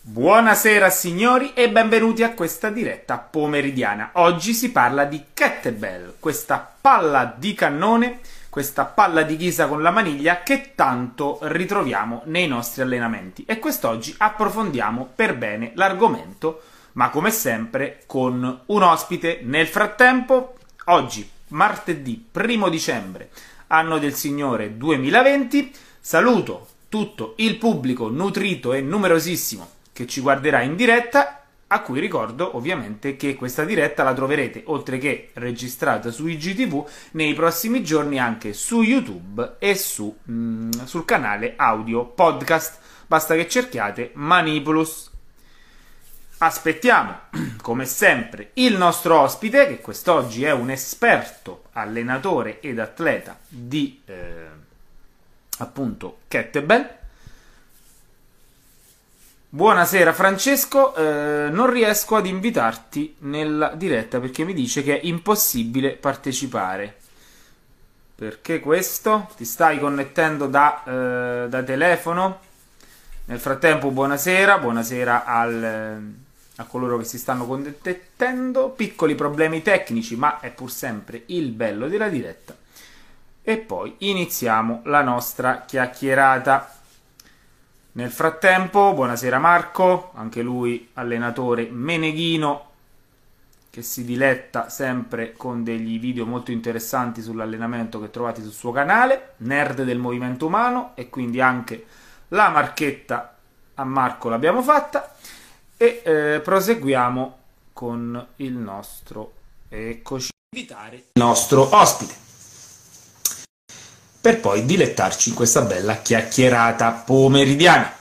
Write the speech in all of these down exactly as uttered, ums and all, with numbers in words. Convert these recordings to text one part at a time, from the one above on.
Buonasera signori e benvenuti a questa diretta pomeridiana. Oggi si parla di kettlebell, questa palla di cannone, questa palla di ghisa con la maniglia che tanto ritroviamo nei nostri allenamenti. E quest'oggi approfondiamo per bene l'argomento, ma come sempre con un ospite. Nel frattempo, oggi, martedì primo dicembre, anno del Signore duemilaventi, saluto tutto il pubblico nutrito e numerosissimo che ci guarderà in diretta, a cui ricordo ovviamente che questa diretta la troverete, oltre che registrata su I G T V, nei prossimi giorni anche su YouTube e su, mm, sul canale audio podcast. Basta che cerchiate Manipulus. Aspettiamo, come sempre, il nostro ospite, che quest'oggi è un esperto allenatore ed atleta di, eh, appunto, kettlebell. Buonasera Francesco, eh, non riesco ad invitarti nella diretta perché mi dice che è impossibile partecipare. Perché questo? Ti stai connettendo da, eh, da telefono? Nel frattempo buonasera, buonasera al, a coloro che si stanno connettendo. Piccoli problemi tecnici, ma è pur sempre il bello della diretta. E poi iniziamo la nostra chiacchierata. Nel frattempo, buonasera Marco, anche lui allenatore meneghino che si diletta sempre con degli video molto interessanti sull'allenamento che trovate sul suo canale, nerd del movimento umano, e quindi anche la marchetta a Marco l'abbiamo fatta e eh, proseguiamo con il nostro, eccoci, invitare il nostro ospite, per poi dilettarci in questa bella chiacchierata pomeridiana.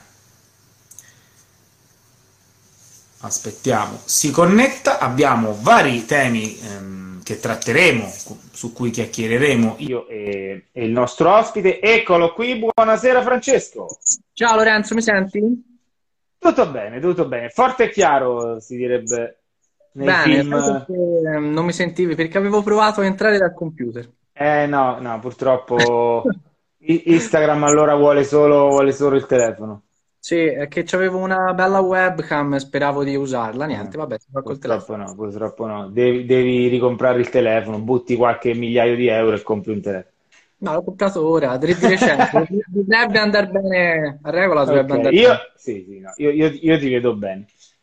Aspettiamo, si connetta. Abbiamo vari temi ehm, che tratteremo, su cui chiacchiereremo io e, e il nostro ospite. Eccolo qui, buonasera Francesco. Ciao Lorenzo, mi senti? Tutto bene, tutto bene. Forte e chiaro, si direbbe nei Bene, film. perché non mi sentivi perché avevo provato a entrare dal computer. Eh no, no, purtroppo Instagram allora vuole solo, vuole solo il telefono. Sì, è che c'avevo una bella webcam e speravo di usarla. Eh, Niente, vabbè, si fa col purtroppo telefono. no, purtroppo no. Devi, devi ricomprare il telefono, butti qualche migliaio di euro e compri un telefono. No, l'ho comprato ora, di di recente. Dovrebbe andare bene, a regola Ok, dovrebbe andare io, bene. sì, sì, no, io, io- io ti vedo bene.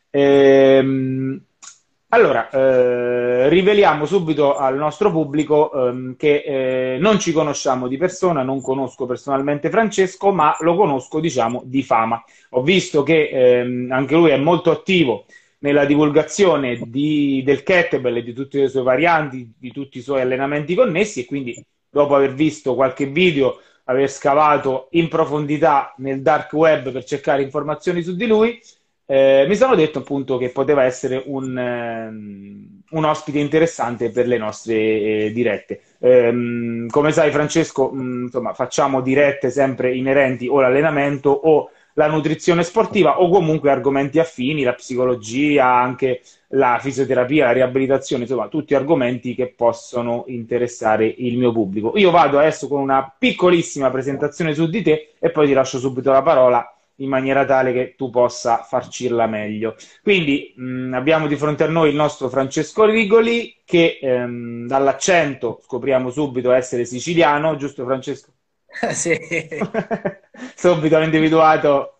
Ehm, allora, eh, riveliamo subito al nostro pubblico ehm, che eh, non ci conosciamo di persona, non conosco personalmente Francesco, ma lo conosco, diciamo, di fama. Ho visto che ehm, anche lui è molto attivo nella divulgazione di- del kettlebell e di tutte le sue varianti, di tutti i suoi allenamenti connessi, e quindi dopo aver visto qualche video, aver scavato in profondità nel dark web per cercare informazioni su di lui, eh, mi sono detto appunto che poteva essere un, ehm, un ospite interessante per le nostre eh, dirette. Ehm, come sai, Francesco, mh, insomma, facciamo dirette sempre inerenti o all'allenamento o la nutrizione sportiva o comunque argomenti affini, la psicologia, anche la fisioterapia, la riabilitazione, insomma, tutti argomenti che possono interessare il mio pubblico. Io vado adesso con una piccolissima presentazione su di te e poi ti lascio subito la parola in maniera tale che tu possa farcirla meglio. Quindi mh, abbiamo di fronte a noi il nostro Francesco Rigoli, che ehm, dall'accento scopriamo subito essere siciliano, giusto Francesco? Sì. Subito ho individuato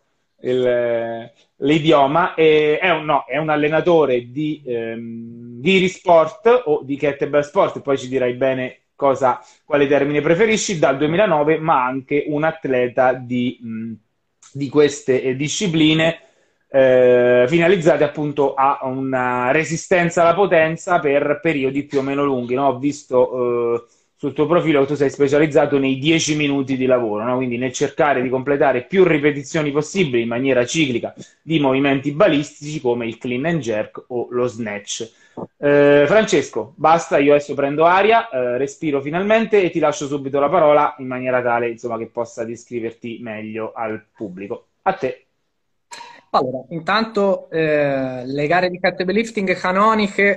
il- l'idioma. E è un, no, è un allenatore di, ehm, di Sport o di kettlebell sport, poi ci dirai bene cosa, quale termine preferisci, dal duemilanove, ma anche un atleta di, mh, di queste eh, discipline eh, finalizzate appunto a una resistenza alla potenza per periodi più o meno lunghi, no? Ho visto eh, sul tuo profilo che tu sei specializzato nei dieci minuti di lavoro, no? Quindi nel cercare di completare più ripetizioni possibili in maniera ciclica di movimenti balistici come il clean and jerk o lo snatch. Eh, Francesco, basta, io adesso prendo aria, eh, respiro finalmente e ti lascio subito la parola in maniera tale, insomma, che possa descriverti meglio al pubblico. A te. Allora, intanto eh, le gare di kettlebell lifting canoniche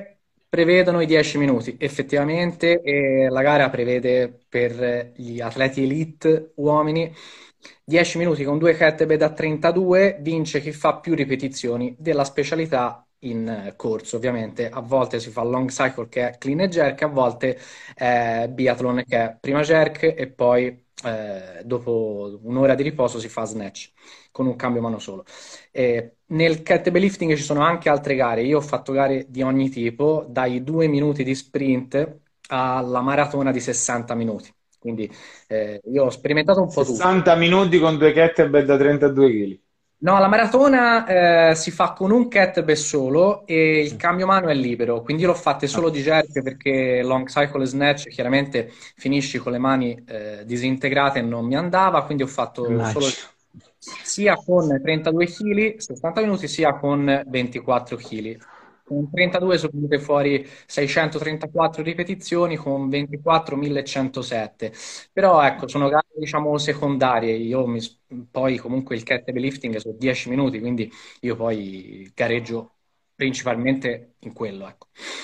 prevedono i dieci minuti, effettivamente, e la gara prevede per gli atleti elite uomini dieci minuti con due kettlebell da trentadue, vince chi fa più ripetizioni della specialità in eh, corso, ovviamente. A volte si fa long cycle che è clean e jerk, a volte è biathlon che è prima jerk e poi eh, dopo un'ora di riposo si fa snatch con un cambio mano solo. E nel kettlebell lifting ci sono anche altre gare. Io ho fatto gare di ogni tipo, dai due minuti di sprint alla maratona di sessanta minuti. Quindi eh, io ho sperimentato un po' tutto. sessanta minuti con due kettlebell da trentadue chili. No, la maratona eh, si fa con un kettlebell solo e il cambio mano è libero, quindi io l'ho fatte solo Ah, di jerk perché long cycle e snatch chiaramente finisci con le mani eh, disintegrate e non mi andava, quindi ho fatto solo immagino. sia con trentadue chili, sessanta minuti, sia con ventiquattro chili. Con trentadue sono venute fuori seicentotrentaquattro ripetizioni, con ventiquattro millecentosette. Però ecco, sono gare diciamo secondarie. Io mi, poi comunque il kettlebell lifting sono dieci minuti, quindi io poi gareggio principalmente in quello, ecco.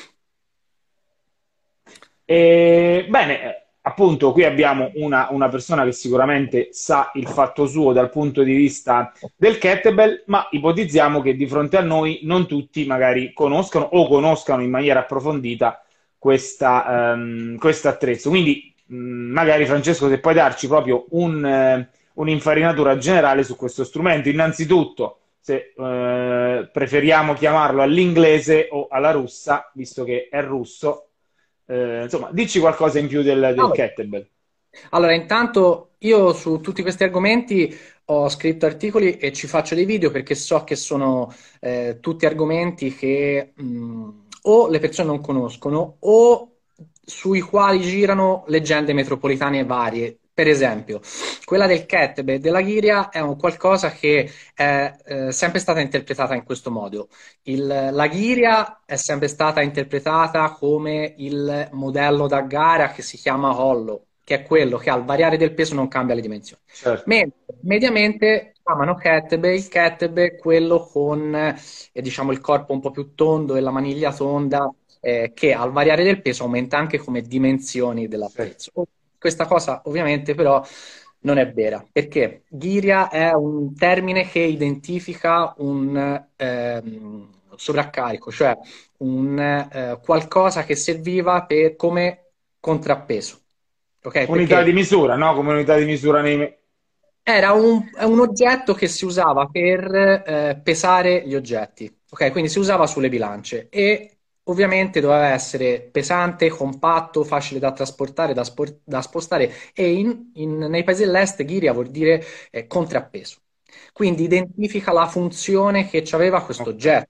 E, bene, eh, appunto, qui abbiamo una, una persona che sicuramente sa il fatto suo dal punto di vista del kettlebell, ma ipotizziamo che di fronte a noi non tutti magari conoscano o conoscano in maniera approfondita questa, ehm, questo attrezzo. Quindi, mh, magari Francesco, se puoi darci proprio un, eh, un'infarinatura generale su questo strumento. Innanzitutto, se eh, preferiamo chiamarlo all'inglese o alla russa, visto che è russo. Eh, insomma, dici qualcosa in più del, del Allora, kettlebell. allora, intanto io su tutti questi argomenti ho scritto articoli e ci faccio dei video perché so che sono eh, tutti argomenti che mh, o le persone non conoscono o sui quali girano leggende metropolitane varie. Per esempio, quella del kettlebell e della ghiria è un qualcosa che è eh, sempre stata interpretata in questo modo. Il- la ghiria è sempre stata interpretata come il modello da gara che si chiama hollow, che è quello che al variare del peso non cambia le dimensioni. Certo. Mentre mediamente chiamano kettlebell, il kettlebell è quello con eh, diciamo, il corpo un po' più tondo e la maniglia tonda, eh, che al variare del peso aumenta anche come dimensioni Sì. dell'attrezzo. Questa cosa ovviamente però non è vera, perché ghiria è un termine che identifica un ehm, sovraccarico, cioè un eh, qualcosa che serviva per- come contrappeso. Ok? Unità di Perché misura, no? Come unità di misura nei... me- era un, è un oggetto che si usava per eh, pesare gli oggetti, ok? Quindi si usava sulle bilance e ovviamente doveva essere pesante, compatto, facile da trasportare, da, spor- da spostare e in- in- nei paesi dell'est ghiria vuol dire eh, contrappeso. Quindi identifica la funzione che aveva questo Ok. oggetto.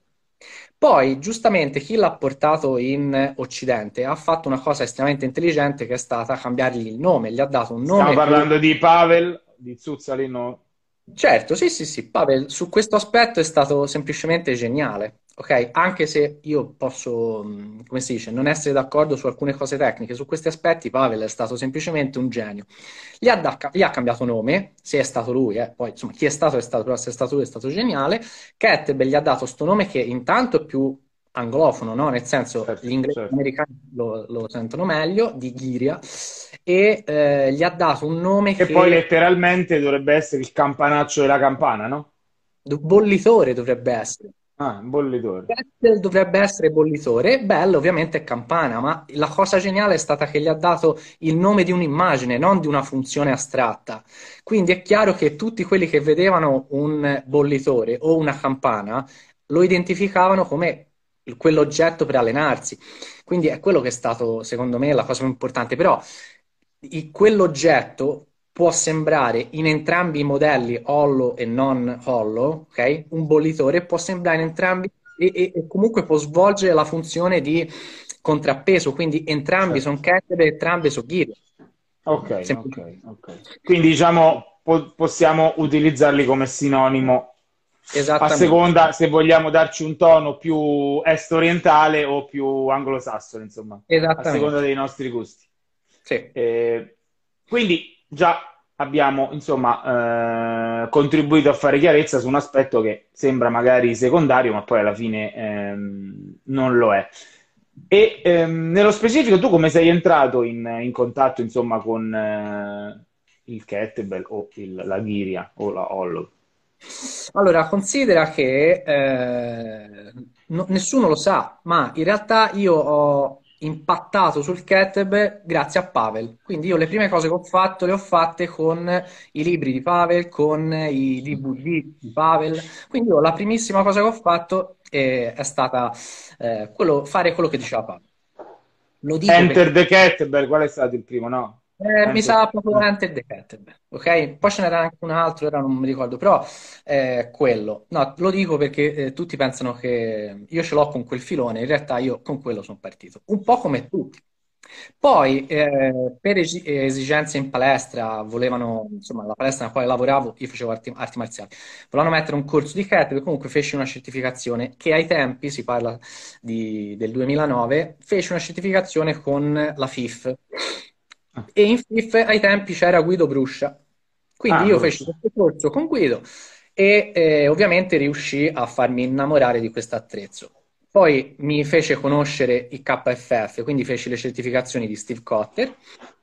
Poi, giustamente, chi l'ha portato in Occidente ha fatto una cosa estremamente intelligente che è stata cambiargli il nome, gli ha dato un Stiamo nome più. parlando di Pavel, di Zuzzali, no? Certo, sì, sì, sì, Pavel, su questo aspetto è stato semplicemente geniale, ok? Anche se io posso, mh, come si dice, non essere d'accordo su alcune cose tecniche, su questi aspetti Pavel è stato semplicemente un genio. Gli ha, da- gli ha cambiato nome, se è stato lui, eh, poi insomma chi è stato è stato, però se è stato lui è stato geniale. Kettlebell gli ha dato sto nome che intanto è più anglofono, no? Nel senso gli Certo, inglesi e gli certo. americani lo, lo sentono meglio, di Ghiria, e eh, gli ha dato un nome Che poi che letteralmente dovrebbe essere il campanaccio della campana, no? bollitore dovrebbe essere. Ah, un bollitore. Kettle dovrebbe essere bollitore, bello ovviamente è campana, ma la cosa geniale è stata che gli ha dato il nome di un'immagine, non di una funzione astratta. Quindi è chiaro che tutti quelli che vedevano un bollitore o una campana lo identificavano come quell'oggetto per allenarsi. Quindi è quello che è stato, secondo me, la cosa più importante. Però i- quell'oggetto può sembrare in entrambi i modelli hollow e non hollow, ok? Un bollitore può sembrare in entrambi e, e- e comunque può svolgere la funzione di contrappeso, quindi entrambi sono Certo. kettlebell, entrambi sono giri. Ok, ok, Semplicemente. ok. Quindi diciamo po- possiamo utilizzarli come sinonimo a Esattamente, seconda se vogliamo darci un tono più est-orientale o più anglosassone, insomma, a seconda esattamente. dei nostri gusti. Sì. Eh, quindi già abbiamo, insomma, eh, contribuito a fare chiarezza su un aspetto che sembra magari secondario, ma poi alla fine ehm, non lo è. E ehm, nello specifico, tu come sei entrato in, in contatto, insomma, con eh, il kettlebell o il- la ghiria o la hollow? Allora, considera che eh, no- nessuno lo sa, ma in realtà io ho impattato sul kettlebell grazie a Pavel. Quindi io le prime cose che ho fatto le ho fatte con i libri di Pavel, con i D V D di Pavel. Quindi io la primissima cosa che ho fatto eh, è stata eh, quello- fare quello che diceva Pavel. Lo dico Enter perché the Kettlebell, qual è stato il primo? No? eh, mi Enter... sa proprio eh. Enter the Kettlebell, ok? Poi ce n'era anche un altro, ora non mi ricordo, però eh, quello. No, lo dico perché eh, tutti pensano che io ce l'ho con quel filone, in realtà io con quello sono partito, un po' come tutti. Poi, eh, per esi- esigenze in palestra, volevano, insomma, la palestra nella quale lavoravo, io facevo arti, arti marziali, volevano mettere un corso di kettlebell, comunque feci una certificazione che ai tempi, si parla di- del duemilanove, fece una certificazione con la F I F. E in F I F ai tempi c'era Guido Bruscia. Quindi Ah, io feci Bruce. questo corso con Guido e eh, ovviamente riuscì a farmi innamorare di questo attrezzo. Poi mi fece conoscere il K F F, quindi feci le certificazioni di Steve Cotter.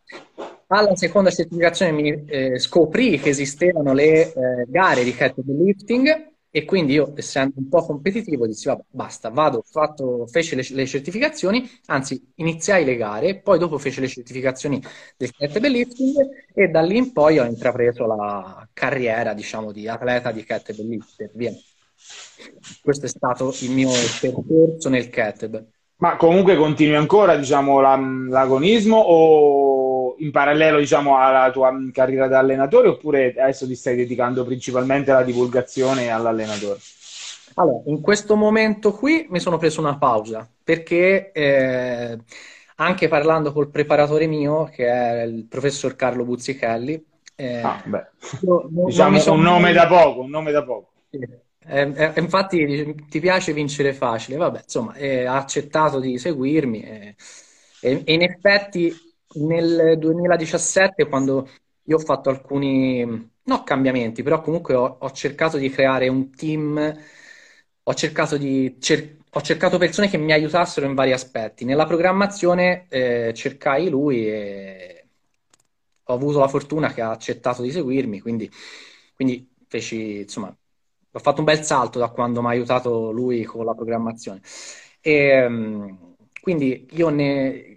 Alla seconda certificazione mi eh, scoprì che esistevano le eh, gare di kettlebell lifting e quindi io, essendo un po' competitivo, dissi, vabbè, basta, vado, ho fatto, feci le, le certificazioni, anzi, iniziai le gare, poi dopo feci le certificazioni del kettlebell lifting e da lì in poi ho intrapreso la carriera, diciamo, di atleta di kettlebell lifter. Via. Questo è stato il mio percorso nel kettlebell. Ma comunque continui ancora, diciamo, la- l'agonismo o in parallelo, diciamo, alla tua carriera da allenatore oppure adesso ti stai dedicando principalmente alla divulgazione e all'allenatore? Allora, in questo momento qui mi sono preso una pausa perché eh, anche parlando col preparatore mio, che è il professor Carlo Buzzichelli, Ah, eh, beh, io no- non mi diciamo sono un nome da mai... poco, un nome da poco. Sì. Eh, eh, infatti dice, ti piace vincere facile, vabbè, insomma, eh, ha accettato di seguirmi eh, e, e in effetti nel duemiladiciassette, quando io ho fatto alcuni, no cambiamenti, però comunque ho, ho cercato di creare un team, ho cercato di, cer- ho cercato persone che mi aiutassero in vari aspetti. Nella programmazione eh, cercai lui e ho avuto la fortuna che ha accettato di seguirmi, quindi, quindi feci, insomma, ho fatto un bel salto da quando mi ha aiutato lui con la programmazione. E, mh, quindi io ne,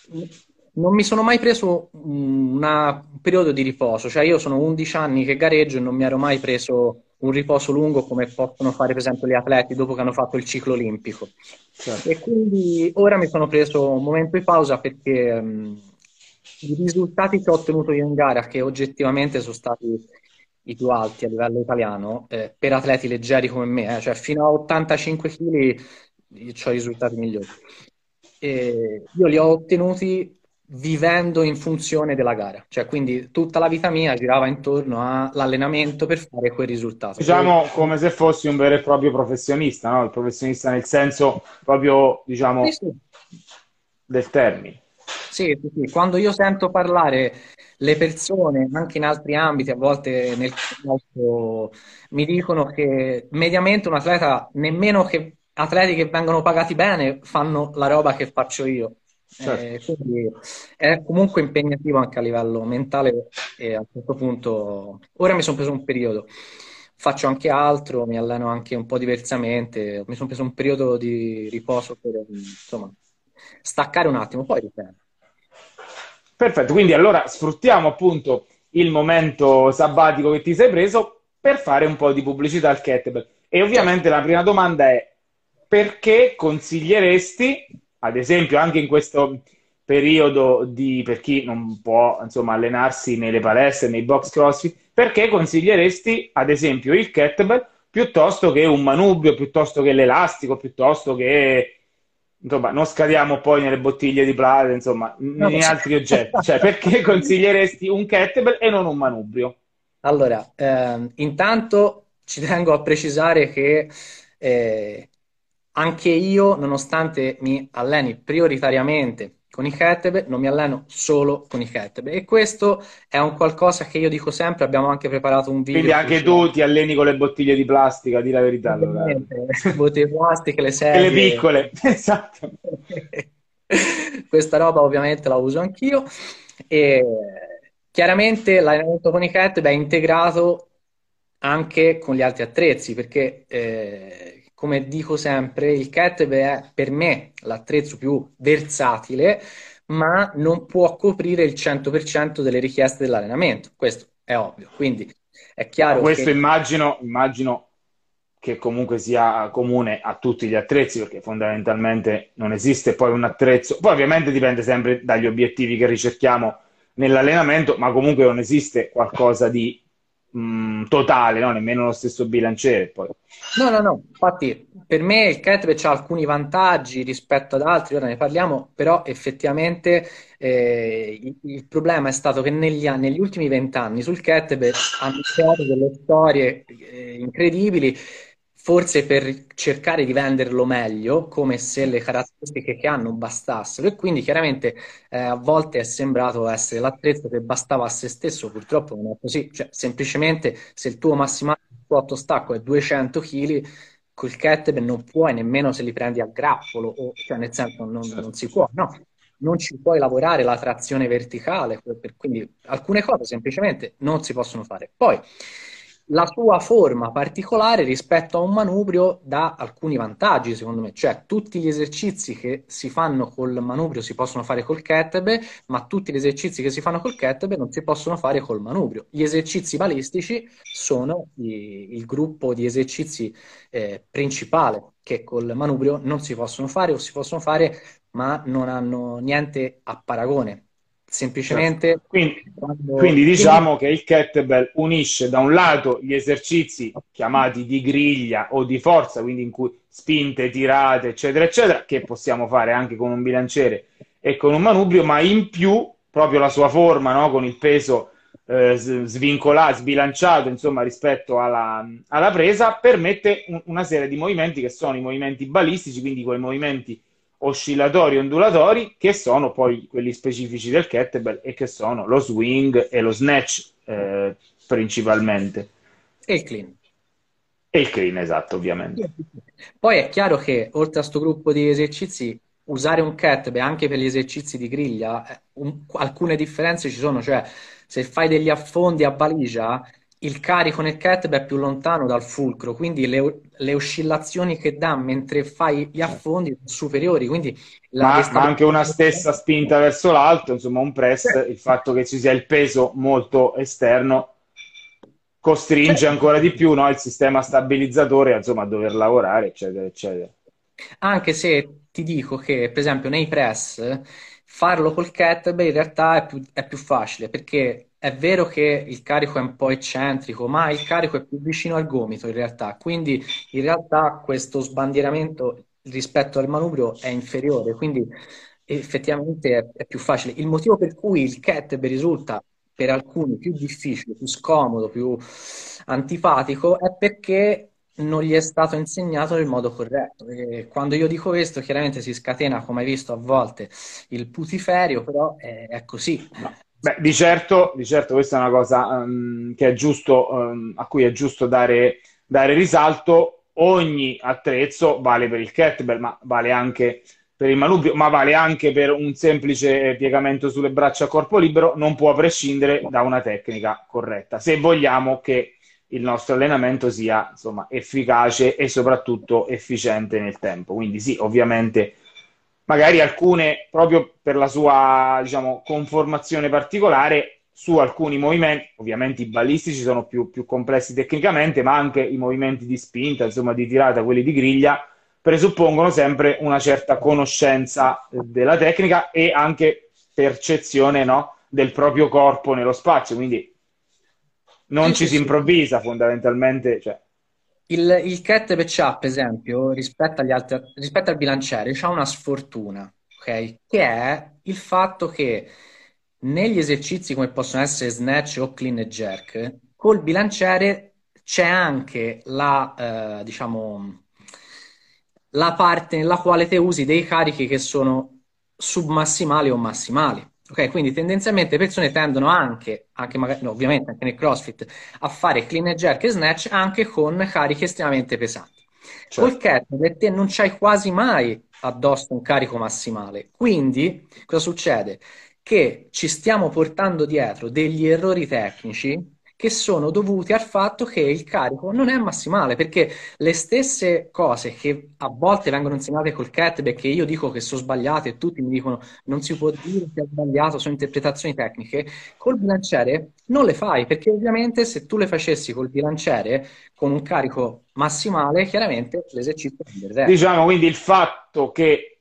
non mi sono mai preso un una- un periodo di riposo, cioè io sono undici anni che gareggio e non mi ero mai preso un riposo lungo come possono fare per esempio gli atleti dopo che hanno fatto il ciclo olimpico. Certo. E quindi ora mi sono preso un momento di pausa perché mh, i risultati che ho ottenuto io in gara, che oggettivamente sono stati i più alti a livello italiano, eh, per atleti leggeri come me, eh, cioè fino a ottantacinque chili ho i risultati migliori. E io li ho ottenuti vivendo in funzione della gara, cioè quindi tutta la vita mia girava intorno all'allenamento per fare quel risultato. E- Diciamo come se fossi un vero e proprio professionista, no? Il professionista nel senso proprio, sì, diciamo, sì. del termine. Sì, sì, sì. Quando io sento parlare le persone, anche in altri ambiti, a volte nel calcio, mi dicono che mediamente un atleta, nemmeno che atleti che vengono pagati bene, fanno la roba che faccio io. Certo. Eh, quindi è comunque impegnativo anche a livello mentale e a un certo punto, ora mi sono preso un periodo, faccio anche altro, mi alleno anche un po' diversamente, mi sono preso un periodo di riposo per, insomma, staccare un attimo, poi riprendo. Perfetto, quindi allora sfruttiamo appunto il momento sabbatico che ti sei preso per fare un po' di pubblicità al kettlebell. E Certo. ovviamente la prima domanda è perché consiglieresti, ad esempio anche in questo periodo di, per chi non può insomma allenarsi nelle palestre, nei box CrossFit, perché consiglieresti ad esempio il kettlebell piuttosto che un manubrio, piuttosto che l'elastico, piuttosto che insomma, non scadiamo poi nelle bottiglie di Plata, insomma, No, in sì. altri oggetti. Cioè, perché consiglieresti un kettlebell e non un manubrio? Allora, ehm, intanto ci tengo a precisare che eh, anche io, nonostante mi alleni prioritariamente con i kettlebell, non mi alleno solo con i kettlebell. E questo è un qualcosa che io dico sempre, abbiamo anche preparato un Quindi video su, anche su tu ti alleni con le bottiglie di plastica, di la verità allora. ovviamente, bottiglie plastiche, le Quelle sedie. piccole, esatto. Questa roba ovviamente la uso anch'io. E chiaramente l'allenamento con i kettlebell è integrato anche con gli altri attrezzi, perché eh, come dico sempre, il kettlebell è per me l'attrezzo più versatile, ma non può coprire il cento per cento delle richieste dell'allenamento. Questo è ovvio. Quindi è Ma chiaro che questo immagino, immagino che comunque sia comune a tutti gli attrezzi, perché fondamentalmente non esiste poi un attrezzo. Poi ovviamente dipende sempre dagli obiettivi che ricerchiamo nell'allenamento, ma comunque non esiste qualcosa di mh, totale, no? Nemmeno lo stesso bilanciere. Poi. no, no, no, infatti per me il kettlebell ha alcuni vantaggi rispetto ad altri, ora ne parliamo, però effettivamente eh, il, il problema è stato che negli, anni- negli ultimi vent'anni sul kettlebell hanno creato delle storie eh, incredibili, forse per cercare di venderlo meglio, come se le caratteristiche che hanno bastassero, e quindi chiaramente eh, a volte è sembrato essere l'attrezzo che bastava a se stesso, purtroppo non è così, cioè semplicemente se il tuo massimale squat stacco è duecento chili, col kettlebell non puoi nemmeno se li prendi a grappolo, o, cioè nel senso non, non Certo. si può, no, non ci puoi lavorare la trazione verticale, per- quindi alcune cose semplicemente non si possono fare. Poi la sua forma particolare rispetto a un manubrio dà alcuni vantaggi, secondo me, cioè tutti gli esercizi che si fanno col manubrio si possono fare col kettlebell, ma tutti gli esercizi che si fanno col kettlebell non si possono fare col manubrio. Gli esercizi balistici sono i- il gruppo di esercizi eh, principale che col manubrio non si possono fare o si possono fare, ma non hanno niente a paragone. Certo. Semplicemente Quindi, quindi quando tieni. diciamo che il kettlebell unisce da un lato gli esercizi chiamati di griglia o di forza, quindi in cui spinte, tirate, eccetera, eccetera, che possiamo fare anche con un bilanciere e con un manubrio, ma in più proprio la sua forma, no? Con il peso eh, s- svincolato, sbilanciato, insomma, rispetto alla, alla presa, permette un- una serie di movimenti che sono i movimenti balistici, quindi quei movimenti oscillatori ondulatori che sono poi quelli specifici del kettlebell e che sono lo swing e lo snatch eh, principalmente E il clean. e il clean esatto ovviamente. Poi è chiaro che oltre a sto gruppo di esercizi, usare un kettlebell anche per gli esercizi di griglia, eh, un- alcune differenze ci sono, cioè se fai degli affondi a valigia, il carico nel kettlebell è più lontano dal fulcro, quindi le, le oscillazioni che dà mentre fai gli affondi sono superiori, quindi la Ma, ma anche una destabilizzazione. stessa spinta verso l'alto, insomma un press, il fatto che ci sia il peso molto esterno costringe ancora di più no, il sistema stabilizzatore insomma, a dover lavorare, eccetera, eccetera. Anche se ti dico che, per esempio, nei press farlo col kettlebell in realtà è più, è più facile perché è vero che il carico è un po' eccentrico, ma il carico è più vicino al gomito in realtà. Quindi in realtà questo sbandieramento rispetto al manubrio è inferiore, quindi effettivamente è, è più facile. Il motivo per cui il kettlebell risulta per alcuni più difficile, più scomodo, più antipatico, è perché non gli è stato insegnato nel modo corretto. E quando io dico questo, chiaramente si scatena, come hai visto a volte, il putiferio, però è, è così. No. Beh, di certo, di certo questa è una cosa um, che è giusto, um, a cui è giusto dare, dare risalto. Ogni attrezzo vale per il kettlebell, ma vale anche per il manubrio, ma vale anche per un semplice piegamento sulle braccia a corpo libero, non può prescindere da una tecnica corretta, se vogliamo che il nostro allenamento sia insomma, efficace e soprattutto efficiente nel tempo. Quindi sì, ovviamente magari alcune proprio per la sua diciamo, conformazione particolare su alcuni movimenti, ovviamente i balistici sono più, più complessi tecnicamente, ma anche i movimenti di spinta, insomma di tirata, quelli di griglia, presuppongono sempre una certa conoscenza eh, della tecnica e anche percezione no, del proprio corpo nello spazio, quindi non Sì, ci sì, si sì. improvvisa fondamentalmente, cioè, Il, il cat c'ha, per esempio, rispetto agli altri, rispetto al bilanciere, c'ha una sfortuna, ok? Che è il fatto che negli esercizi come possono essere snatch o clean e jerk, col bilanciere c'è anche la, eh, diciamo, la parte nella quale te usi dei carichi che sono submassimali o massimali. Ok, quindi tendenzialmente le persone tendono anche, anche magari, no, ovviamente anche nel CrossFit, a fare clean and jerk e snatch anche con carichi estremamente pesanti. Col Certo. kettlebell te non c'hai quasi mai addosso un carico massimale. Quindi cosa succede? Che ci stiamo portando dietro degli errori tecnici che sono dovuti al fatto che il carico non è massimale, perché le stesse cose che a volte vengono insegnate col kettlebell, che io dico che sono sbagliate e tutti mi dicono non si può dire che è sbagliato, sono interpretazioni tecniche, col bilanciere non le fai, perché ovviamente se tu le facessi col bilanciere con un carico massimale, chiaramente l'esercizio andrebbe. Diciamo quindi il fatto che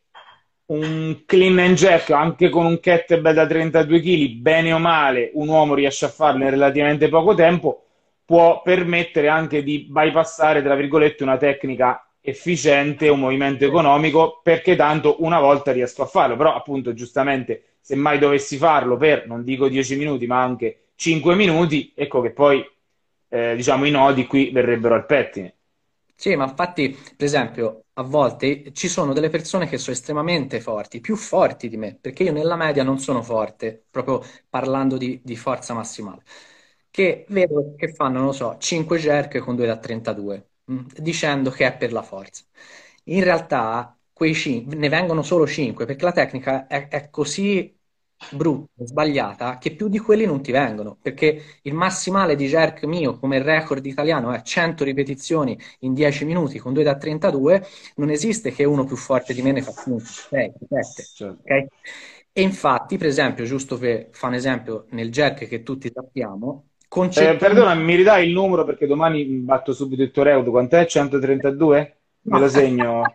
un clean and jerk anche con un kettlebell da trentadue chili, bene o male, un uomo riesce a farlo in relativamente poco tempo, può permettere anche di bypassare, tra virgolette, una tecnica efficiente, un movimento economico, perché tanto una volta riesco a farlo. Però, appunto, giustamente, se mai dovessi farlo per, non dico dieci minuti, ma anche cinque minuti, ecco che poi, eh, diciamo, i nodi qui verrebbero al pettine. Sì, ma infatti, per esempio, a volte ci sono delle persone che sono estremamente forti, più forti di me, perché io nella media non sono forte, proprio parlando di, di forza massimale, che vedo che fanno, non lo so, cinque jerk con due da trentadue, mh, dicendo che è per la forza. In realtà quei cinque, ne vengono solo cinque, perché la tecnica è, è così brutta, sbagliata, che più di quelli non ti vengono, perché il massimale di jerk mio come record italiano è cento ripetizioni in dieci minuti con due da trentadue, non esiste che uno più forte di me ne fa cinque, sei, sette, Certo. ok? E infatti, per esempio, giusto per fare un esempio, nel jerk che tutti sappiamo, Eh, perdona, concettualmente... mi ridai il numero perché domani batto subito il tuo record. Quant'è? centotrentadue? Me No. lo segno.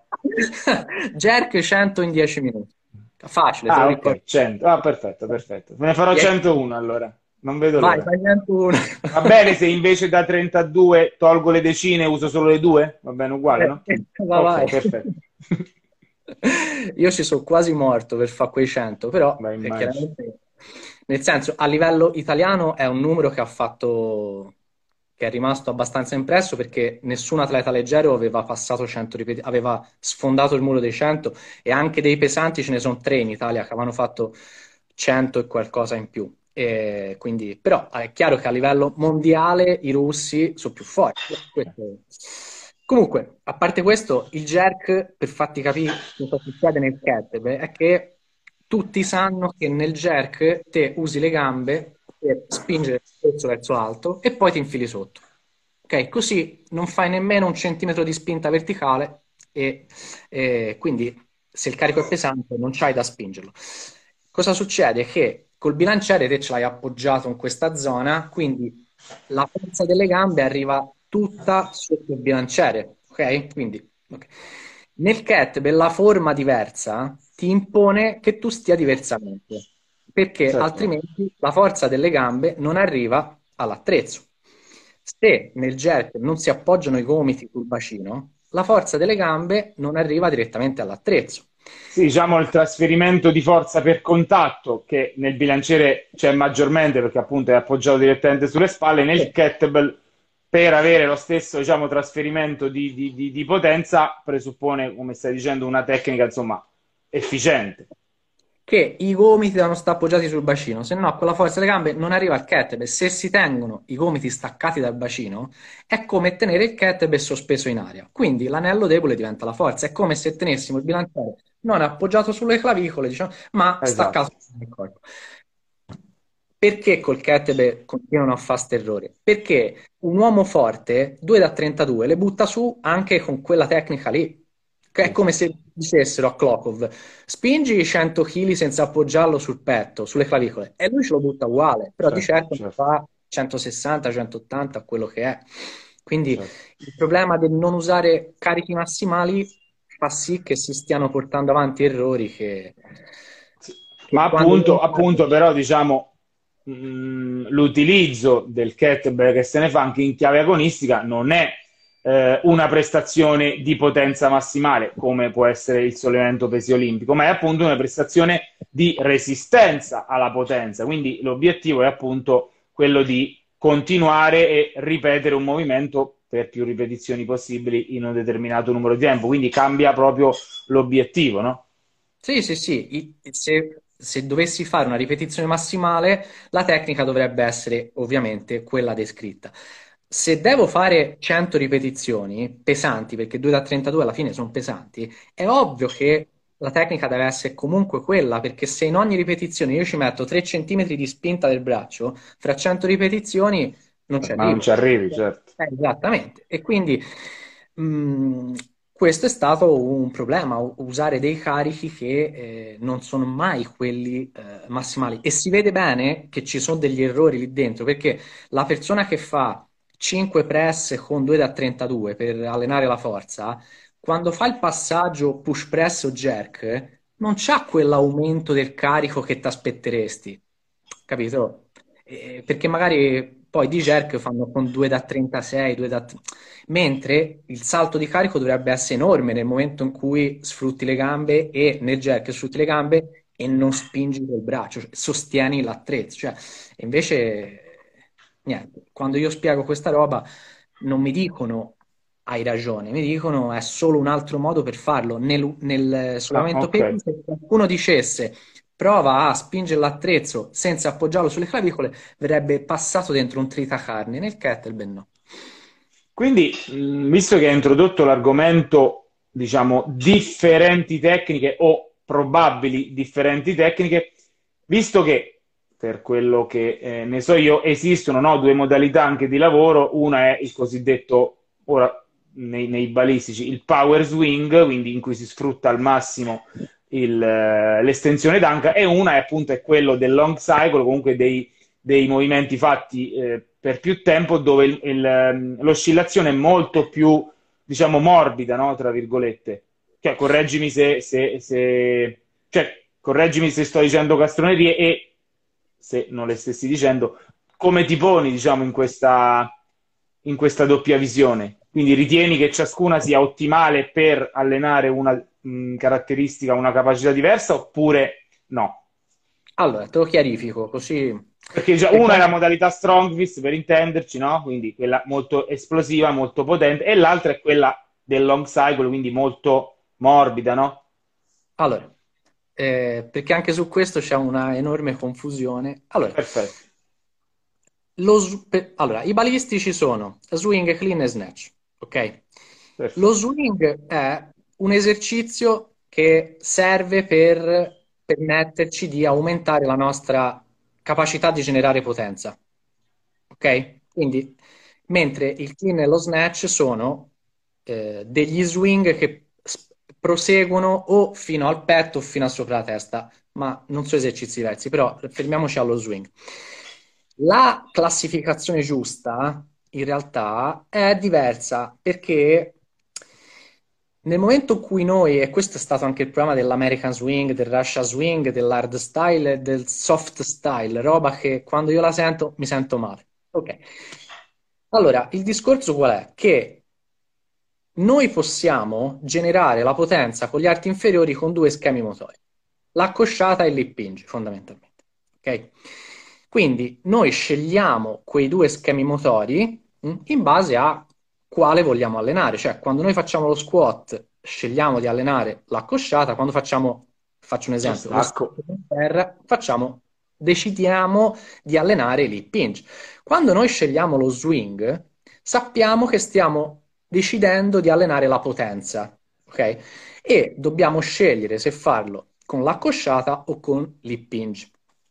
Jerk cento in dieci minuti. Facile, te lo Ah, ricordo. ok, cento. Ah, perfetto, perfetto. Me ne farò dieci centouno allora. Non vedo Vai, l'ora. fai centouno. Va bene se invece da trentadue tolgo le decine e uso solo le due? Va bene uguale, no? Ma vai. Ok, perfetto. Io ci sono quasi morto per fare quei cento, però Beh, eh, immagino. chiaramente, nel senso, a livello italiano è un numero che ha fatto, che è rimasto abbastanza impresso perché nessun atleta leggero aveva passato cento ripeti- aveva sfondato il muro dei cento e anche dei pesanti ce ne sono tre in Italia che avevano fatto cento e qualcosa in più. E quindi, però è chiaro che a livello mondiale i russi sono più forti. Questo- Comunque, a parte questo, il jerk, per farti capire cosa succede nel kettlebell, è che tutti sanno che nel jerk te usi le gambe per spingere il peso verso l'alto e poi ti infili sotto. Ok, così non fai nemmeno un centimetro di spinta verticale e, e quindi se il carico è pesante non c'hai da spingerlo. Cosa succede? Che col bilanciere te ce l'hai appoggiato in questa zona, quindi la forza delle gambe arriva tutta sotto il bilanciere, ok? Quindi, ok. Nel kettlebell la forma diversa ti impone che tu stia diversamente, perché Certo. altrimenti la forza delle gambe non arriva all'attrezzo. Se nel jerk non si appoggiano i gomiti sul bacino, la forza delle gambe non arriva direttamente all'attrezzo. Sì, diciamo il trasferimento di forza per contatto che nel bilanciere c'è maggiormente perché appunto è appoggiato direttamente sulle spalle, nel kettlebell per avere lo stesso diciamo, trasferimento di, di- di- di potenza presuppone, come stai dicendo, una tecnica insomma efficiente. Che i gomiti devono stare appoggiati sul bacino, se no con la forza delle gambe non arriva al kettlebell. Se si tengono i gomiti staccati dal bacino, è come tenere il kettlebell sospeso in aria. Quindi l'anello debole diventa la forza. È come se tenessimo il bilanciere non appoggiato sulle clavicole, diciamo, ma Esatto. staccato dal corpo. Perché col kettlebell continuano a fare sto errore? Perché un uomo forte, due da trentadue, le butta su anche con quella tecnica lì. Che è Sì, sì. come se dicessero a Klokov, spingi cento chili senza appoggiarlo sul petto, sulle clavicole, e lui ce lo butta uguale, però di Certo, certo non certo, fa centosessanta, centottanta, quello che è. Quindi certo. il problema del non usare carichi massimali fa sì che si stiano portando avanti errori che, Sì. che Ma quando appunto, uno appunto però diciamo mh, l'utilizzo del kettlebell che se ne fa anche in chiave agonistica non è eh, una prestazione di potenza massimale come può essere il sollevamento pesi olimpico, ma è appunto una prestazione di resistenza alla potenza. Quindi l'obiettivo è appunto quello di continuare e ripetere un movimento per più ripetizioni possibili in un determinato numero di tempo. Quindi cambia proprio l'obiettivo, no? Sì, sì, sì. I- Se, se dovessi fare una ripetizione massimale, la tecnica dovrebbe essere ovviamente quella descritta. Se devo fare cento ripetizioni pesanti, perché due da trentadue alla fine sono pesanti, è ovvio che la tecnica deve essere comunque quella, perché se in ogni ripetizione io ci metto tre centimetri di spinta del braccio, fra cento ripetizioni non ci Ma non arrivo. ci arrivi, certo. Eh, esattamente. E quindi mh, questo è stato un problema, u- usare dei carichi che eh, non sono mai quelli eh, massimali. E si vede bene che ci sono degli errori lì dentro, perché la persona che fa cinque press con due da trentadue per allenare la forza, quando fa il passaggio push press o jerk, non c'ha quell'aumento del carico che ti aspetteresti, capito? Eh, perché magari poi di jerk fanno con due da trentasei, due da... mentre il salto di carico dovrebbe essere enorme nel momento in cui sfrutti le gambe e nel jerk sfrutti le gambe e non spingi col braccio, cioè sostieni l'attrezzo. Cioè, invece, niente, quando io spiego questa roba non mi dicono hai ragione, mi dicono è solo un altro modo per farlo. Nel, nel Ah, sollevamento ok. pesi, se qualcuno dicesse prova a spingere l'attrezzo senza appoggiarlo sulle clavicole, verrebbe passato dentro un tritacarne. Nel kettlebell no. Quindi, mh, visto che hai introdotto l'argomento, diciamo, differenti tecniche o probabili differenti tecniche, visto che, per quello che eh, ne so io, esistono, no, due modalità anche di lavoro, una è il cosiddetto, ora nei, nei balistici, il power swing, quindi in cui si sfrutta al massimo il, eh, l'estensione d'anca, e una è appunto è quello del long cycle, comunque dei dei movimenti fatti eh, per più tempo dove il- il, ehm, l'oscillazione è molto più, diciamo, morbida, no? Tra virgolette. Cioè, correggimi se, se, se- cioè, correggimi se sto dicendo castronerie e se non le stessi dicendo, come ti poni, diciamo, in questa, in questa doppia visione? Quindi ritieni che ciascuna sia ottimale per allenare una mh, caratteristica, una capacità diversa oppure no? Allora, te lo chiarifico, così... Perché già Perché una è la anche- modalità strong fist per intenderci, no? Quindi quella molto esplosiva, molto potente, e l'altra è quella del long cycle, quindi molto morbida, no? allora, eh, perché anche su questo c'è una enorme confusione. Allora, Perfetto, lo s- per- allora, i balistici sono swing, clean e snatch, ok? Lo perfetto. swing è un esercizio che serve per permetterci di aumentare la nostra capacità di generare potenza, ok? Quindi, mentre il clean e lo snatch sono eh, degli swing che s- proseguono o fino al petto o fino a sopra la testa, ma non sono esercizi diversi, però fermiamoci allo swing. La classificazione giusta in realtà è diversa perché nel momento in cui noi, e questo è stato anche il problema dell'American Swing, del Russia Swing, dell'hard style e del soft style, roba che quando io la sento mi sento male. Ok. Allora, il discorso qual è? Che noi possiamo generare la potenza con gli arti inferiori con due schemi motori, l'accosciata e l'hip hinge, fondamentalmente. Ok? Quindi noi scegliamo quei due schemi motori mh, in base a quale vogliamo allenare. Cioè, quando noi facciamo lo squat, scegliamo di allenare l'accosciata, quando facciamo, faccio un Lo esempio, lo stacco. stacco per terra, facciamo, decidiamo di allenare l'hip hinge. Quando noi scegliamo lo swing, sappiamo che stiamo decidendo di allenare la potenza, ok? E dobbiamo scegliere se farlo con l'accosciata o con l'hip hinge.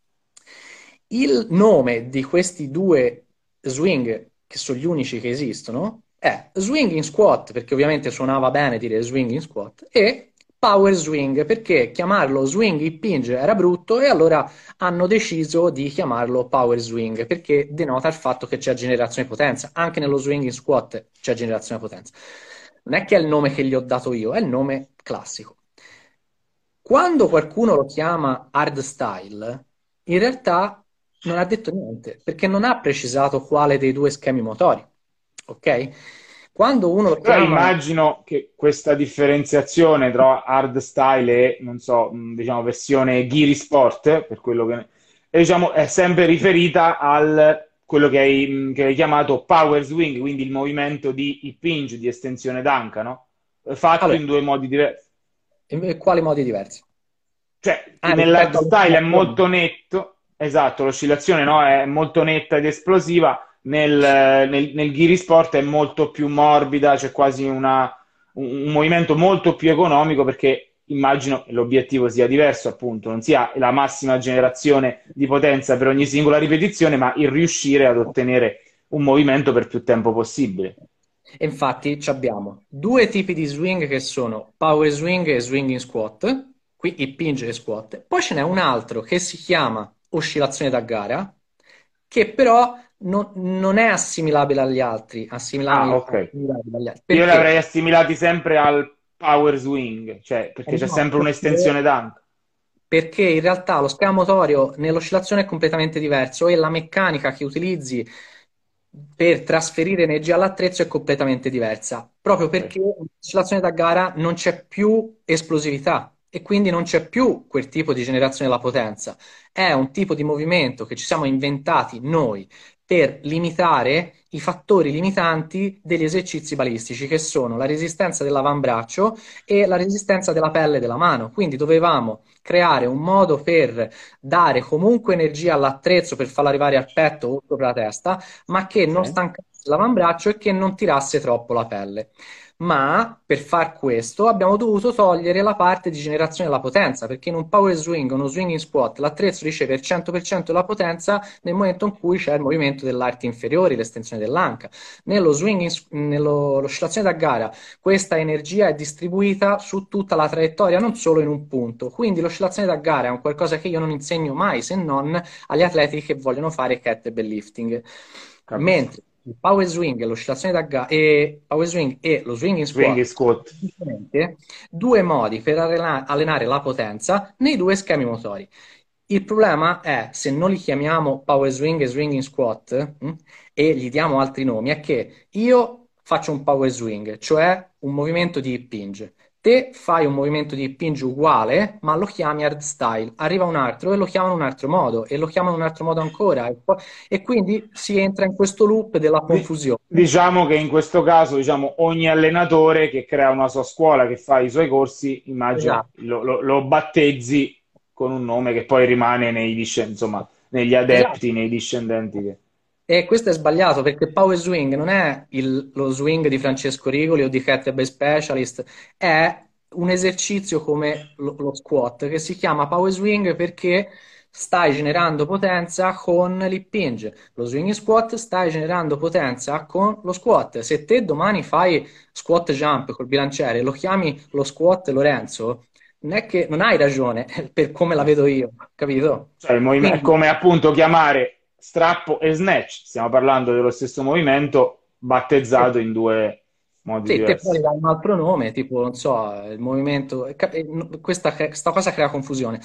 Il nome di questi due swing, che sono gli unici che esistono, è swing in squat, perché ovviamente suonava bene dire swing in squat, e power swing, perché chiamarlo swing hip hinge era brutto e allora hanno deciso di chiamarlo power swing, perché denota il fatto che c'è generazione di potenza. Anche nello swing in squat c'è generazione di potenza. Non è che è il nome che gli ho dato io, è il nome classico. Quando qualcuno lo chiama hard style, in realtà non ha detto niente, perché non ha precisato quale dei due schemi motori. Ok? Quando uno lo Però chiama... immagino che questa differenziazione tra hard style e, non so, mh, diciamo, versione Giri Sport, per quello che è, diciamo, è sempre riferita al quello che hai, mh, che hai chiamato power swing, quindi il movimento di hip hinge, di estensione d'anca, no? Fatto Allora, in due modi diversi. in quali modi diversi? Cioè, Ah, nell'hard rispetto style è all'oscillazione. molto netto, esatto, l'oscillazione no, è molto netta ed esplosiva, nel, nel, nel Giri Sport è molto più morbida, c'è quasi una, un, un movimento molto più economico perché immagino che l'obiettivo sia diverso, appunto, non sia la massima generazione di potenza per ogni singola ripetizione, ma il riuscire ad ottenere un movimento per più tempo possibile. E infatti ci abbiamo due tipi di swing che sono power swing e swing in squat, qui i pinge e squat. Poi ce n'è un altro che si chiama oscillazione da gara, che però non, non è assimilabile agli altri, Ah, assimilabile, ok. assimilabile agli altri. Io li avrei Perché? assimilati sempre al power swing, cioè Eh perché c'è no, sempre perché un'estensione d'anca. perché in realtà lo schema motorio nell'oscillazione è completamente diverso e la meccanica che utilizzi per trasferire energia all'attrezzo è completamente diversa, proprio Ok. perché nell'oscillazione da gara non c'è più esplosività e quindi non c'è più quel tipo di generazione della potenza. È un tipo di movimento che ci siamo inventati noi per limitare i fattori limitanti degli esercizi balistici, che sono la resistenza dell'avambraccio e la resistenza della pelle della mano. Quindi dovevamo creare un modo per dare comunque energia all'attrezzo per farlo arrivare al petto o sopra la testa, ma che non Sì. stancasse l'avambraccio e che non tirasse troppo la pelle. Ma per far questo abbiamo dovuto togliere la parte di generazione della potenza, perché in un power swing o uno swing in squat l'attrezzo riceve il cento per cento della potenza nel momento in cui c'è il movimento dell'arti inferiori, l'estensione dell'anca. Nello swing in, nell'oscillazione da gara questa energia è distribuita su tutta la traiettoria, non solo in un punto. Quindi l'oscillazione da gara è un qualcosa che io non insegno mai, se non agli atleti che vogliono fare kettlebell lifting. Capisco. Mentre il power swing e l'oscillazione da gara e power swing e lo swing in Swing e squat squat. semplicemente due modi per allena- allenare la potenza nei due schemi motori. Il problema è, se non li chiamiamo power swing e swing in squat, mh, e gli diamo altri nomi, è che io faccio un power swing, cioè un movimento di hip hinge. Te fai un movimento di hip hinge uguale, ma lo chiami hard style. Arriva un altro e lo chiamano in un altro modo, e lo chiamano in un altro modo ancora. E, poi- e quindi si entra in questo loop della Di- confusione. diciamo che in questo caso, diciamo, ogni allenatore che crea una sua scuola, che fa i suoi corsi, immagino Esatto. lo, lo- lo battezzi con un nome che poi rimane nei, discen- insomma, negli Esatto. adepti, nei discendenti. che- E questo è sbagliato perché power swing non è il- lo swing di Francesco Rigoli o di Kettlebell Specialist, è un esercizio come lo, lo squat che si chiama power swing perché stai generando potenza con l'hip hinge. Lo swing in squat stai generando potenza con lo squat. Se te domani fai squat jump col bilanciere e lo chiami lo squat Lorenzo, non è che non hai ragione per come la vedo io, capito? Cioè, il movime- è Quindi come appunto chiamare strappo e snatch. Stiamo parlando dello stesso movimento, battezzato in due modi sì, te poi diversi. dai un altro nome, tipo, non so, il movimento, ca- eh, no, questa, questa cosa crea confusione.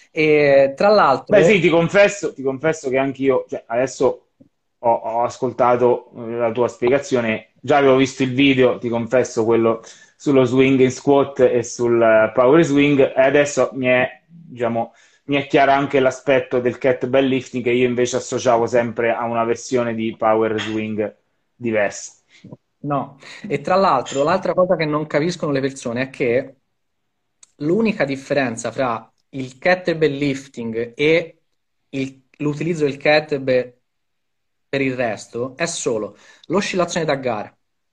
E tra Beh, sì, l'altro, ti confesso, ti confesso che anch'io, cioè, adesso ho, ho ascoltato eh, la tua spiegazione, già avevo visto il video, ti confesso, quello sullo swing in squat e sul eh, power swing, e adesso mi è, diciamo, mi è chiaro anche l'aspetto del kettlebell lifting che io invece associavo sempre a una versione di power swing diversa. no, e tra l'altro, l'altra cosa che non capiscono le persone è che l'unica differenza fra il kettlebell lifting e il- l'utilizzo del kettlebell per il resto è solo l'oscillazione da gara.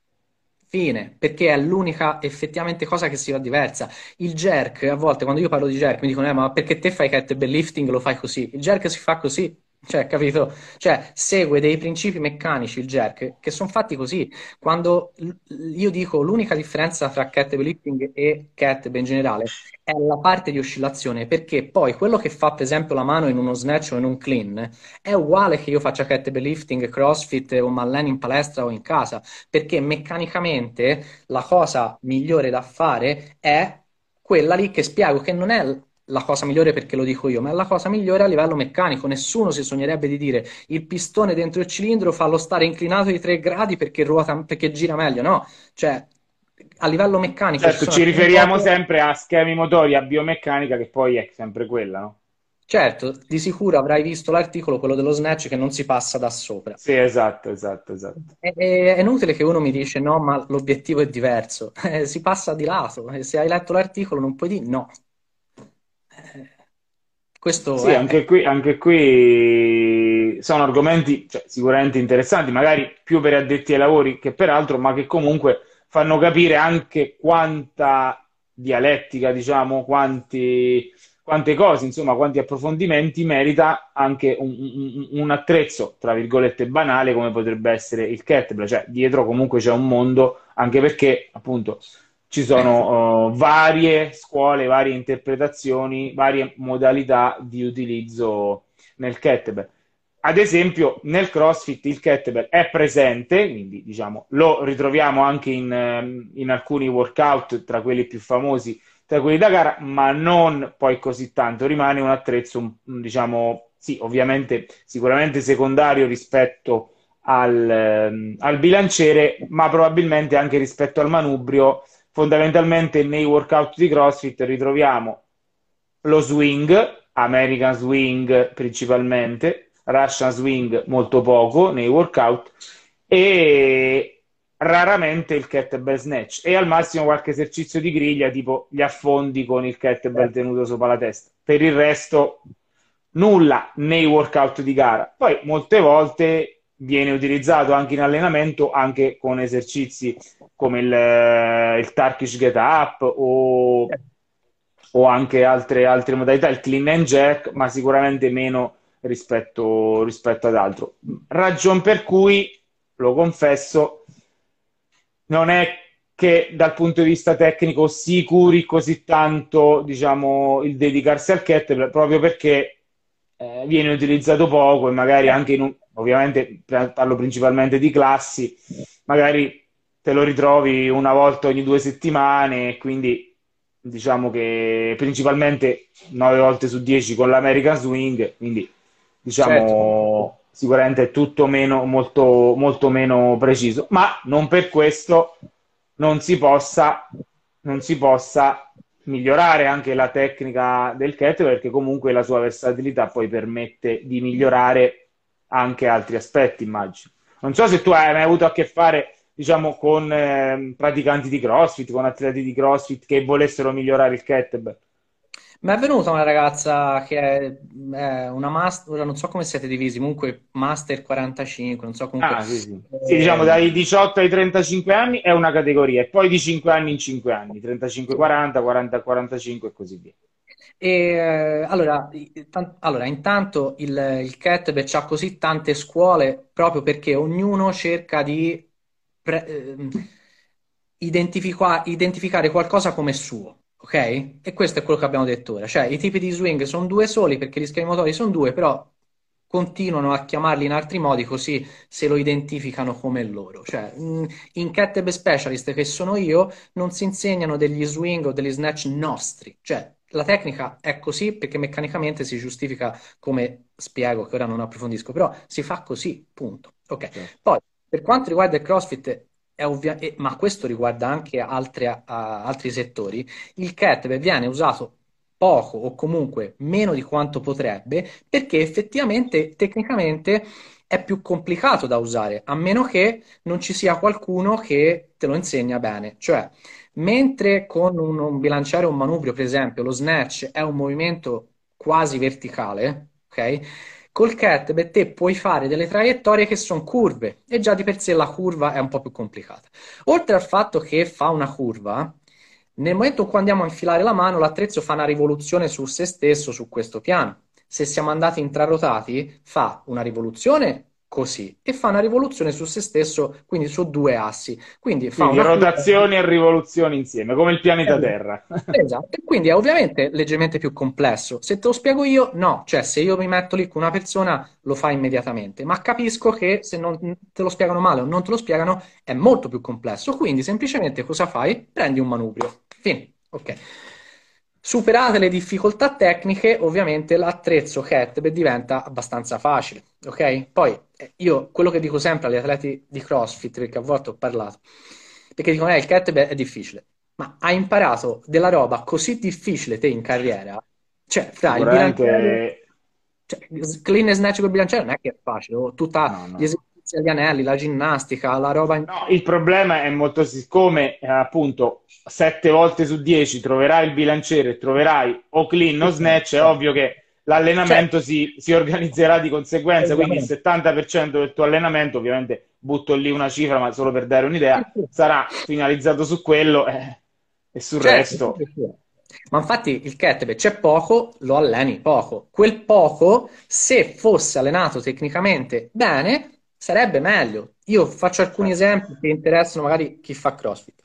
Fine, perché è l'unica effettivamente cosa che si fa diversa. Il jerk, a volte quando io parlo di jerk mi dicono, eh, ma perché te fai kettlebell lifting lo fai così? Il jerk si fa così, cioè, capito? Cioè, segue dei principi meccanici il jerk che sono fatti così. Quando l- io dico l'unica differenza fra kettlebell lifting e kettlebell in generale è la parte di oscillazione, perché poi quello che fa, per esempio, la mano in uno snatch o in un clean è uguale che io faccia kettlebell lifting, crossfit o mallene in palestra o in casa perché meccanicamente la cosa migliore da fare è quella lì che spiego, che non è la cosa migliore perché lo dico io, ma è la cosa migliore a livello meccanico. Nessuno si sognerebbe di dire il pistone dentro il cilindro fallo stare inclinato di tre gradi perché ruota, perché gira meglio, no? Cioè, a livello meccanico ci Certo, sono ci alcune riferiamo cose. sempre a schemi motori, a biomeccanica, che poi è sempre quella, no? Certo, di sicuro avrai visto l'articolo, quello dello snatch, che non si passa da sopra. Sì, esatto, esatto, esatto. È, è- è inutile che uno mi dice no, ma l'obiettivo è diverso. Eh, si passa di lato. E se hai letto l'articolo non puoi dire no. Eh, Questo Sì, è, è- anche qui, anche qui sono argomenti, cioè, sicuramente interessanti, magari più per addetti ai lavori che per altro, ma che comunque fanno capire anche quanta dialettica, diciamo, quanti, quante cose, insomma, quanti approfondimenti merita anche un, un- un attrezzo, tra virgolette, banale come potrebbe essere il kettlebell, cioè dietro comunque c'è un mondo, anche perché appunto ci sono eh, varie scuole, varie interpretazioni, varie modalità di utilizzo nel kettlebell. Ad esempio, nel CrossFit il kettlebell è presente, quindi diciamo, lo ritroviamo anche in, ehm, in alcuni workout, tra quelli più famosi, tra quelli da gara, ma non poi così tanto. Rimane un attrezzo, un- diciamo, sì, ovviamente sicuramente secondario rispetto al, ehm, al bilanciere, ma probabilmente anche rispetto al manubrio. Fondamentalmente nei workout di CrossFit ritroviamo lo swing, American swing principalmente, Russian swing molto poco nei workout e raramente il kettlebell snatch e al massimo qualche esercizio di griglia tipo gli affondi con il kettlebell tenuto sopra la testa. Per il resto nulla nei workout di gara. Poi molte volte viene utilizzato anche in allenamento, anche con esercizi come il, eh, il Turkish Get Up o, o anche altre, altre modalità, il clean and jerk, ma sicuramente meno rispetto, rispetto ad altro. Ragion per cui, lo confesso, non è che dal punto di vista tecnico si curi così tanto, diciamo, il dedicarsi al kettlebell, proprio perché eh, viene utilizzato poco e magari anche in un, ovviamente parlo principalmente di classi, magari te lo ritrovi una volta ogni due settimane e quindi diciamo che principalmente nove volte su dieci con l'American Swing, quindi certo. diciamo sicuramente è tutto meno, molto, molto meno preciso, ma non per questo non si possa, non si possa migliorare anche la tecnica del kettlebell perché comunque la sua versatilità poi permette di migliorare anche altri aspetti, immagino. Non so se tu hai mai avuto a che fare, diciamo, con eh, praticanti di CrossFit, con atleti di CrossFit che volessero migliorare il kettlebell. Mi è venuta una ragazza che è, è una master, ora non so come siete divisi, comunque master quarantacinque, non so comunque. Ah, sì, sì. Sì, diciamo eh, dai diciotto ai trentacinque anni è una categoria e poi di cinque anni in cinque anni, trentacinque quaranta, quaranta quarantacinque e così via. E eh, allora, i- tan- allora, intanto il, il kettlebell c'ha così tante scuole proprio perché ognuno cerca di pre- ehm, identifica- identificare qualcosa come suo, ok? E questo è quello che abbiamo detto ora. Cioè, i tipi di swing sono due soli perché gli schemi motori sono due, però continuano a chiamarli in altri modi così se lo identificano come loro. Cioè, mh, in kettlebell specialist che sono io non si insegnano degli swing o degli snatch nostri, cioè la tecnica è così perché meccanicamente si giustifica come spiego, che ora non approfondisco, però si fa così, punto. Ok. Certo. Poi, per quanto riguarda il CrossFit, è ovvia- e- ma questo riguarda anche altri, a- a- altri settori, il kettlebell viene usato poco o comunque meno di quanto potrebbe perché effettivamente, tecnicamente, è più complicato da usare, a meno che non ci sia qualcuno che te lo insegna bene. Cioè, mentre con un, un bilanciere o un manubrio, per esempio, lo snatch è un movimento quasi verticale, ok? Col kettlebell te puoi fare delle traiettorie che sono curve e già di per sé la curva è un po' più complicata. Oltre al fatto che fa una curva, nel momento in cui andiamo a infilare la mano, l'attrezzo fa una rivoluzione su se stesso su questo piano. Se siamo andati intrarotati, fa una rivoluzione così e fa una rivoluzione su se stesso, quindi su due assi. Quindi fa Quindi una curva. rotazioni e rivoluzioni insieme, come il pianeta Esatto. Terra. Esatto. E quindi è ovviamente leggermente più complesso. Se te lo spiego io, no, cioè se io mi metto lì con una persona lo fa immediatamente, ma capisco che se non te lo spiegano male o non te lo spiegano è molto più complesso. Quindi semplicemente cosa fai? Prendi un manubrio. Fine. Ok. Superate le difficoltà tecniche, ovviamente l'attrezzo kettlebell diventa abbastanza facile, ok? Poi eh, io quello che dico sempre agli atleti di CrossFit, perché a volte ho parlato, perché dicono eh, il kettlebell è difficile, ma hai imparato della roba così difficile te in carriera, cioè fra il bilanciere, Sicuramente cioè, clean e snatch col bilanciere non è che è facile, o tutti no, gli no. esercizi agli anelli, la ginnastica, la roba. in- No, il problema è molto siccome eh, appunto sette volte su dieci troverai il bilanciere e troverai o clean o snatch, è ovvio che Cioè, l'allenamento si, si organizzerà di conseguenza, quindi il ovviamente. settanta per cento del tuo allenamento, ovviamente butto lì una cifra, ma solo per dare Sì, un'idea, sì. sarà finalizzato su quello eh, e sul Certo, sì, resto. sì, sì. Ma infatti il kettlebell c'è poco, lo alleni poco. Quel poco, se fosse allenato tecnicamente bene, sarebbe meglio. Io faccio alcuni Certo. esempi che interessano magari chi fa CrossFit.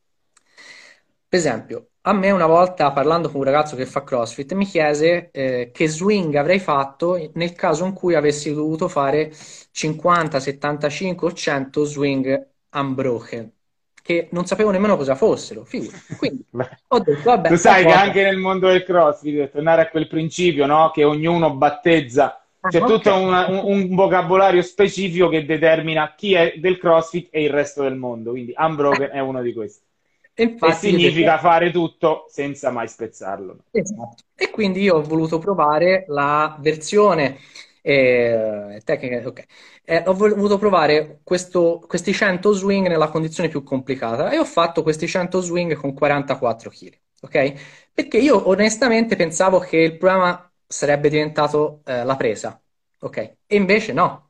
Per esempio, a me una volta parlando con un ragazzo che fa CrossFit mi chiese eh, che swing avrei fatto nel caso in cui avessi dovuto fare cinquanta, settantacinque o cento swing unbroken, che non sapevo nemmeno cosa fossero, figurati. Quindi Beh, ho detto, tu vabbè, sai sai che cosa? anche nel mondo del CrossFit, per tornare a quel principio, no? Che ognuno battezza, Ah, c'è ok. tutto una- un, un vocabolario specifico che determina chi è del CrossFit e il resto del mondo, quindi Unbroken è uno di questi. E E infatti io ho detto, significa fare tutto senza mai spezzarlo. esatto. E quindi io ho voluto provare la versione eh, tecnica, ok. Eh, ho voluto provare questo- questi cento swing nella condizione più complicata e ho fatto questi cento swing con quarantaquattro chili, ok? Perché io onestamente pensavo che il problema sarebbe diventato eh, la presa, ok? E invece no.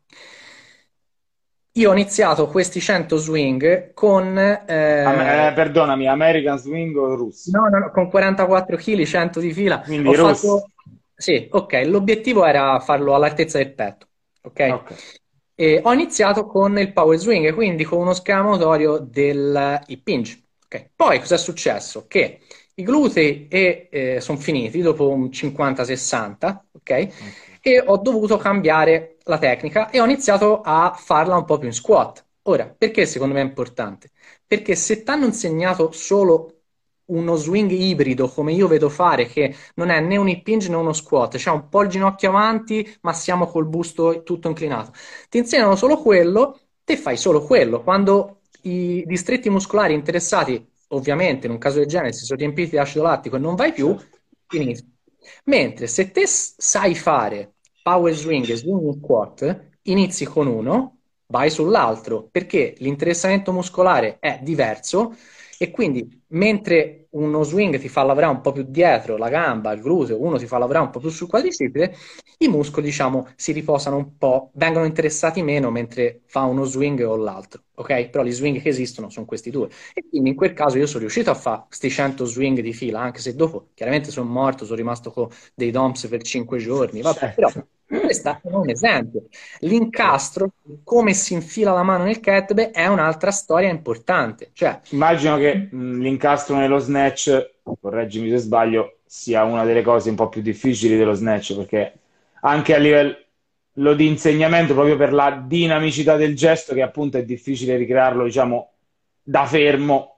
Io ho iniziato questi cento swing con Am- eh, eh, perdonami, American Swing o russo? no, no, no, con quarantaquattro chili, cento di fila. Ho Quindi russo. fatto... Sì, ok, l'obiettivo era farlo all'altezza del petto, ok? Ok. E ho iniziato con il power swing, quindi con uno schema motorio del hip hinge. Ok. Poi cosa è successo? Che i glutei sono finiti dopo un cinquanta sessanta, ok? Ok. E ho dovuto cambiare la tecnica e ho iniziato a farla un po' più in squat. Ora, perché secondo me è importante? Perché se ti hanno insegnato solo uno swing ibrido come io vedo fare, che non è né un hip hinge né uno squat, c'è un po' il ginocchio avanti, ma siamo col busto tutto inclinato. Ti insegnano solo quello, te fai solo quello. Quando i distretti muscolari interessati, ovviamente in un caso del genere, si sono riempiti di acido lattico e non vai più, Certo. finito. Mentre se te s- sai fare power swing e swing squat, inizi con uno, vai sull'altro, perché l'interessamento muscolare è diverso e quindi mentre uno swing ti fa lavorare un po' più dietro la gamba, il gluteo, uno ti fa lavorare un po' più sul quadricipite, i muscoli, diciamo, si riposano un po', vengono interessati meno mentre fa uno swing o l'altro, ok? Però gli swing che esistono sono questi due. E quindi in quel caso io sono riuscito a fare questi cento swing di fila, anche se dopo chiaramente sono morto, sono rimasto con dei DOMS per cinque giorni, vabbè, però Certo. questo è un esempio. Certo. L'incastro, come si infila la mano nel kettlebell, è un'altra storia importante. Cioè, Immagino che mh, l'incastro nello snatch, correggimi se sbaglio, sia una delle cose un po' più difficili dello snatch, perché anche a livello di insegnamento, proprio per la dinamicità del gesto, che appunto è difficile ricrearlo, diciamo, da fermo.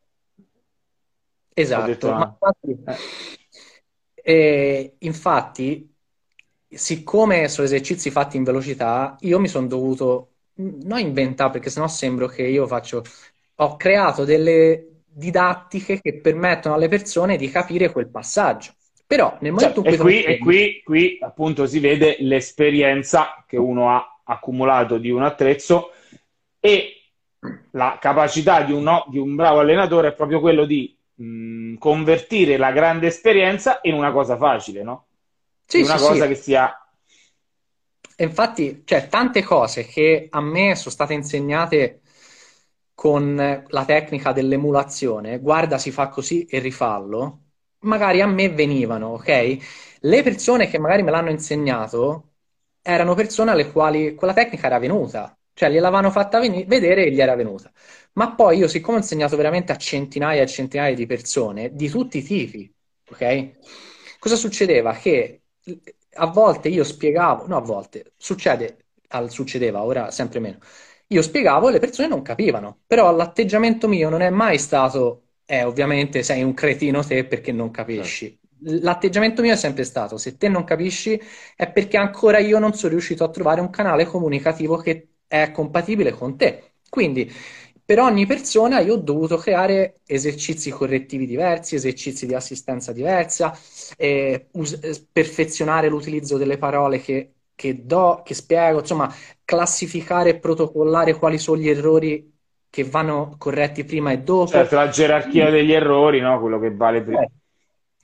Ho detto, esatto, ma ah, infatti, eh, eh, infatti, siccome sono esercizi fatti in velocità, io mi sono dovuto, mh, non inventare, perché sennò sembro che io faccio, ho creato delle didattiche che permettono alle persone di capire quel passaggio. Però nel momento certo, in e cui tu mi qui, e insegni, qui, qui appunto si vede l'esperienza che uno ha accumulato di un attrezzo e la capacità di, uno- di un bravo allenatore è proprio quello di mh, convertire la grande esperienza in una cosa facile, no? In sì, sì, una cosa sì. che sia... E infatti, cioè, tante cose che a me sono state insegnate con la tecnica dell'emulazione, guarda, si fa così e rifallo, magari a me venivano, ok? Le persone che magari me l'hanno insegnato erano persone alle quali quella tecnica era venuta, cioè gliel'avevano fatta veni- vedere e gli era venuta. Ma poi io, siccome ho insegnato veramente a centinaia e centinaia di persone, di tutti i tipi, ok? Cosa succedeva? Che a volte io spiegavo, no, a volte succede, al- succedeva, ora sempre meno. Io spiegavo e le persone non capivano, però l'atteggiamento mio non è mai stato, eh, ovviamente sei un cretino te perché non Certo. capisci. L'atteggiamento mio è sempre stato, se te non capisci è perché ancora io non sono riuscito a trovare un canale comunicativo che è compatibile con te. Quindi per ogni persona io ho dovuto creare esercizi correttivi diversi, esercizi di assistenza diversa, eh, us- eh, perfezionare l'utilizzo delle parole che, che do, che spiego, insomma, classificare e protocollare quali sono gli errori che vanno corretti prima e dopo. Certo, la gerarchia degli errori, no? Quello che vale prima. Eh,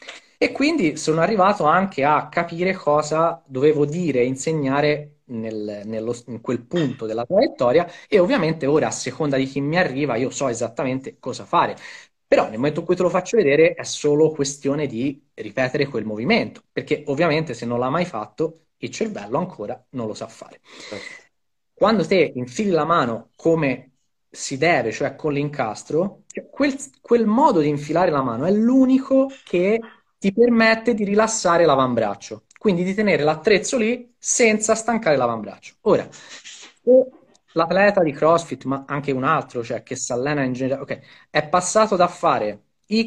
E quindi sono arrivato anche a capire cosa dovevo dire e insegnare nel- nello- in quel punto della traiettoria e ovviamente ora a seconda di chi mi arriva io so esattamente cosa fare. Però nel momento in cui te lo faccio vedere è solo questione di ripetere quel movimento, perché ovviamente se non l'ha mai fatto il cervello ancora non lo sa fare. Certo. Quando te infili la mano come si deve, cioè con l'incastro, cioè quel, quel modo di infilare la mano è l'unico che ti permette di rilassare l'avambraccio, quindi di tenere l'attrezzo lì senza stancare l'avambraccio. Ora, se l'atleta di CrossFit, ma anche un altro, cioè che si allena in generale, ok, è passato da fare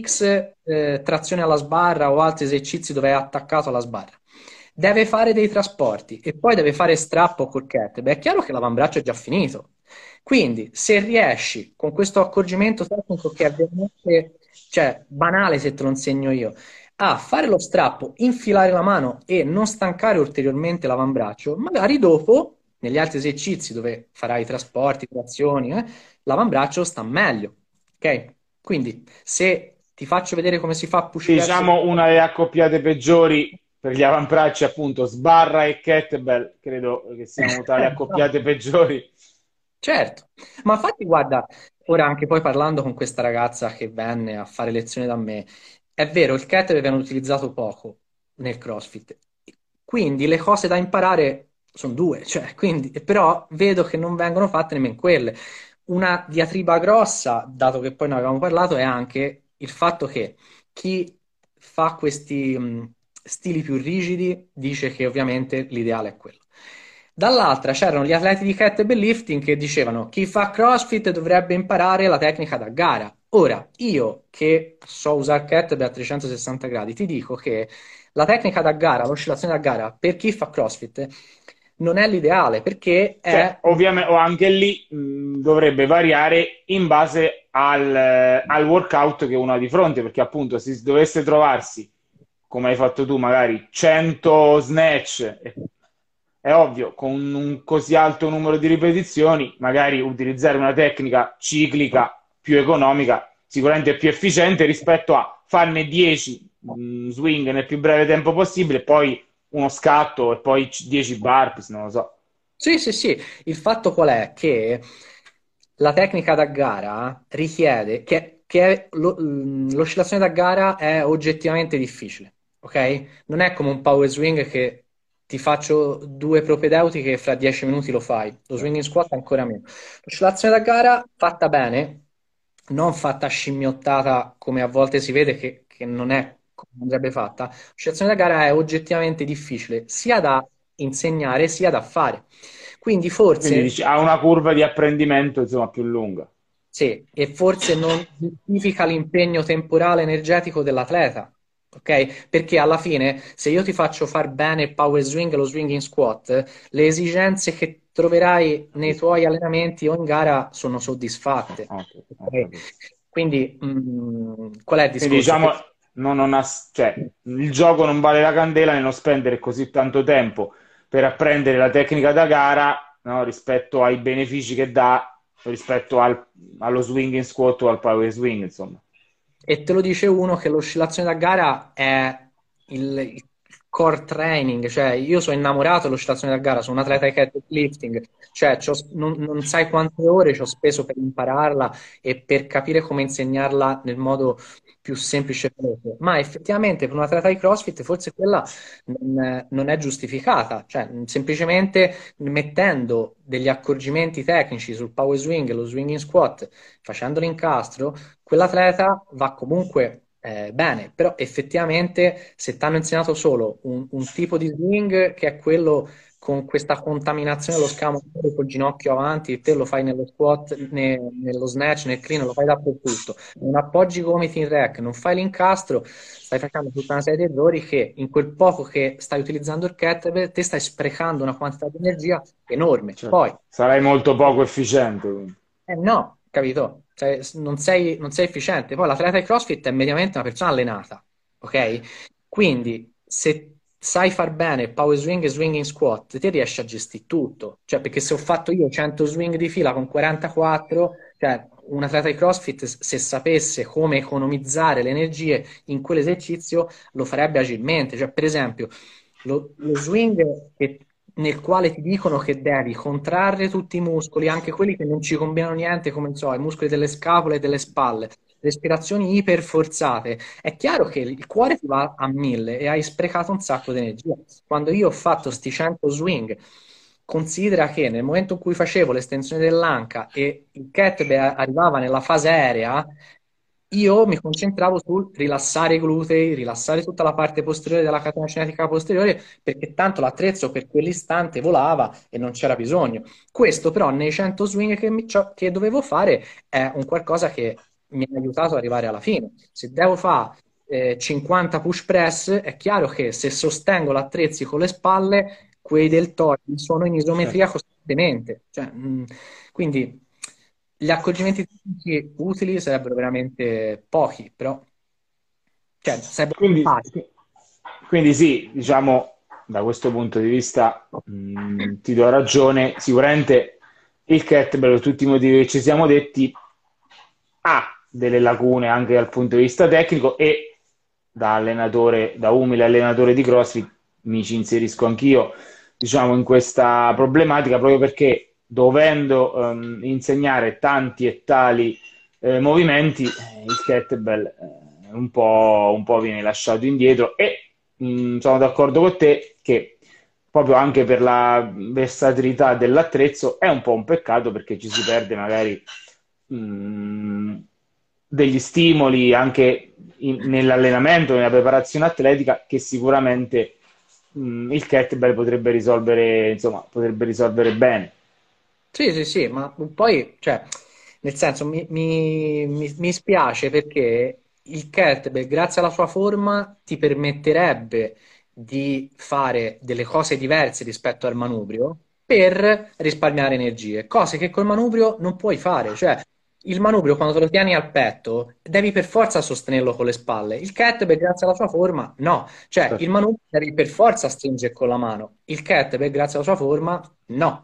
X eh, trazione alla sbarra o altri esercizi dove è attaccato alla sbarra, deve fare dei trasporti e poi deve fare strappo col kettlebell, è chiaro che l'avambraccio è già finito. Quindi, se riesci con questo accorgimento tecnico che è veramente, cioè, banale se te lo insegno io, a fare lo strappo, infilare la mano e non stancare ulteriormente l'avambraccio, magari dopo, negli altri esercizi dove farai trasporti, trazioni, eh, l'avambraccio sta meglio. Ok? Quindi, se ti faccio vedere come si fa push press, Diciamo una delle accoppiate peggiori per gli avambracci, appunto, sbarra e kettlebell, credo che siano tra le accoppiate peggiori. certo, ma infatti guarda, ora anche poi parlando con questa ragazza che venne a fare lezione da me, è vero, il kettlebell viene utilizzato poco nel CrossFit, quindi le cose da imparare sono due, cioè, quindi, però vedo che non vengono fatte nemmeno quelle. Una diatriba grossa, dato che poi ne avevamo parlato, è anche il fatto che chi fa questi mh, stili più rigidi dice che ovviamente l'ideale è quello. Dall'altra c'erano gli atleti di kettlebell lifting che dicevano chi fa CrossFit dovrebbe imparare la tecnica da gara. Ora, io che so usare kettlebell a trecentosessanta gradi, ti dico che la tecnica da gara, l'oscillazione da gara, per chi fa CrossFit non è l'ideale perché Cioè, è... ovviamente, o anche lì mh, dovrebbe variare in base al, eh, al workout che uno ha di fronte, perché appunto se dovesse trovarsi, come hai fatto tu, magari cento snatch, eh, è ovvio, con un così alto numero di ripetizioni, magari utilizzare una tecnica ciclica più economica sicuramente è più efficiente rispetto a farne dieci mh, swing nel più breve tempo possibile, poi uno scatto e poi dieci burpees, non lo so. Sì, sì, sì. Il fatto qual è? Che la tecnica da gara richiede che, che è lo- l'oscillazione da gara è oggettivamente difficile, ok? Non è come un power swing che ti faccio due propedeutiche e fra dieci minuti lo fai. Lo swing in squat ancora meno. L'oscillazione da gara fatta bene, non fatta scimmiottata come a volte si vede che, che non è come andrebbe fatta. L'oscillazione da gara è oggettivamente difficile sia da insegnare sia da fare. Quindi Quindi forse dici, ha una curva di apprendimento insomma più lunga. sì, e forse non giustifica l'impegno temporale energetico dell'atleta, ok? Perché alla fine, se io ti faccio far bene il power swing e lo swing in squat, le esigenze che troverai nei tuoi allenamenti o in gara sono soddisfatte, Ok, ho ok? capito. Quindi, mh, qual è il Quindi discorso? diciamo, Che non, non ha, cioè, il gioco non vale la candela nello spendere così tanto tempo per apprendere la tecnica da gara, no, rispetto ai benefici che dà rispetto al- allo swing in squat o al power swing, insomma. E te lo dice uno che l'oscillazione da gara è il, il core training, cioè io sono innamorato dell'oscillazione da gara, sono un atleta di lifting, cioè c'ho- non, non sai quante ore ci ho speso per impararla e per capire come insegnarla nel modo più semplice e veloce. Ma effettivamente per un atleta di CrossFit forse quella non, non è giustificata, cioè semplicemente mettendo degli accorgimenti tecnici sul power swing e lo swing in squat, facendo l'incastro quell'atleta va comunque eh, bene, però effettivamente se ti hanno insegnato solo un, un tipo di swing che è quello con questa contaminazione dello scamo col ginocchio avanti, e te lo fai nello squat, ne- nello snatch, nel clean, lo fai dappertutto, non appoggi i gomiti in rack, non fai l'incastro, stai facendo tutta una serie di errori che in quel poco che stai utilizzando il kettlebell te stai sprecando una quantità di energia enorme. Cioè, Poi sarai molto poco efficiente. Quindi. eh no, capito? Cioè, s- non sei, non sei efficiente. Poi l'atleta di CrossFit è mediamente una persona allenata, ok? Quindi se sai far bene power swing e swing in squat, ti riesci a gestire tutto. Cioè, perché se ho fatto io cento swing di fila con quarantaquattro, cioè, un atleta di CrossFit, se sapesse come economizzare le energie in quell'esercizio, lo farebbe agilmente. Cioè, per esempio, lo, lo swing che- nel quale ti dicono che devi contrarre tutti i muscoli, anche quelli che non ci combinano niente, come non so, i muscoli delle scapole e delle spalle, respirazioni iperforzate. È chiaro che il cuore ti va a mille e hai sprecato un sacco di energia. Quando io ho fatto sti cento swing, considera che nel momento in cui facevo l'estensione dell'anca e il kettlebell arrivava nella fase aerea, io mi concentravo sul rilassare i glutei, rilassare tutta la parte posteriore della catena cinetica posteriore, perché tanto l'attrezzo per quell'istante volava e non c'era bisogno. Questo però nei cento swing che, mi- ciò- che dovevo fare è un qualcosa che mi ha aiutato ad arrivare alla fine. Se devo fare eh, cinquanta push press, è chiaro che se sostengo l'attrezzo con le spalle, quei deltoidi sono in isometria Certo. costantemente. Cioè, mh, quindi gli accorgimenti tecnici utili sarebbero veramente pochi, però cioè, sarebbero Quindi, simpatici. quindi sì, diciamo, da questo punto di vista mh, ti do ragione. Sicuramente il kettlebell, per tutti i motivi che ci siamo detti, ha delle lacune anche dal punto di vista tecnico e da allenatore, da umile allenatore di CrossFit, mi ci inserisco anch'io, diciamo, in questa problematica proprio perché dovendo ehm, insegnare tanti e tali eh, movimenti, eh, il kettlebell eh, un po', un po' viene lasciato indietro e mh, sono d'accordo con te che proprio anche per la versatilità dell'attrezzo è un po' un peccato perché ci si perde magari mh, degli stimoli anche in- nell'allenamento, nella preparazione atletica che sicuramente mh, il kettlebell potrebbe risolvere, insomma, potrebbe risolvere bene. Sì, sì, sì, ma poi, cioè, nel senso, mi, mi, mi, mi spiace perché il kettlebell, grazie alla sua forma, ti permetterebbe di fare delle cose diverse rispetto al manubrio per risparmiare energie, cose che col manubrio non puoi fare. Cioè, il manubrio, quando te lo tieni al petto, devi per forza sostenerlo con le spalle. Il kettlebell, grazie alla sua forma, no. Cioè, il Certo. manubrio devi per forza stringere con la mano. Il kettlebell, grazie alla sua forma, no.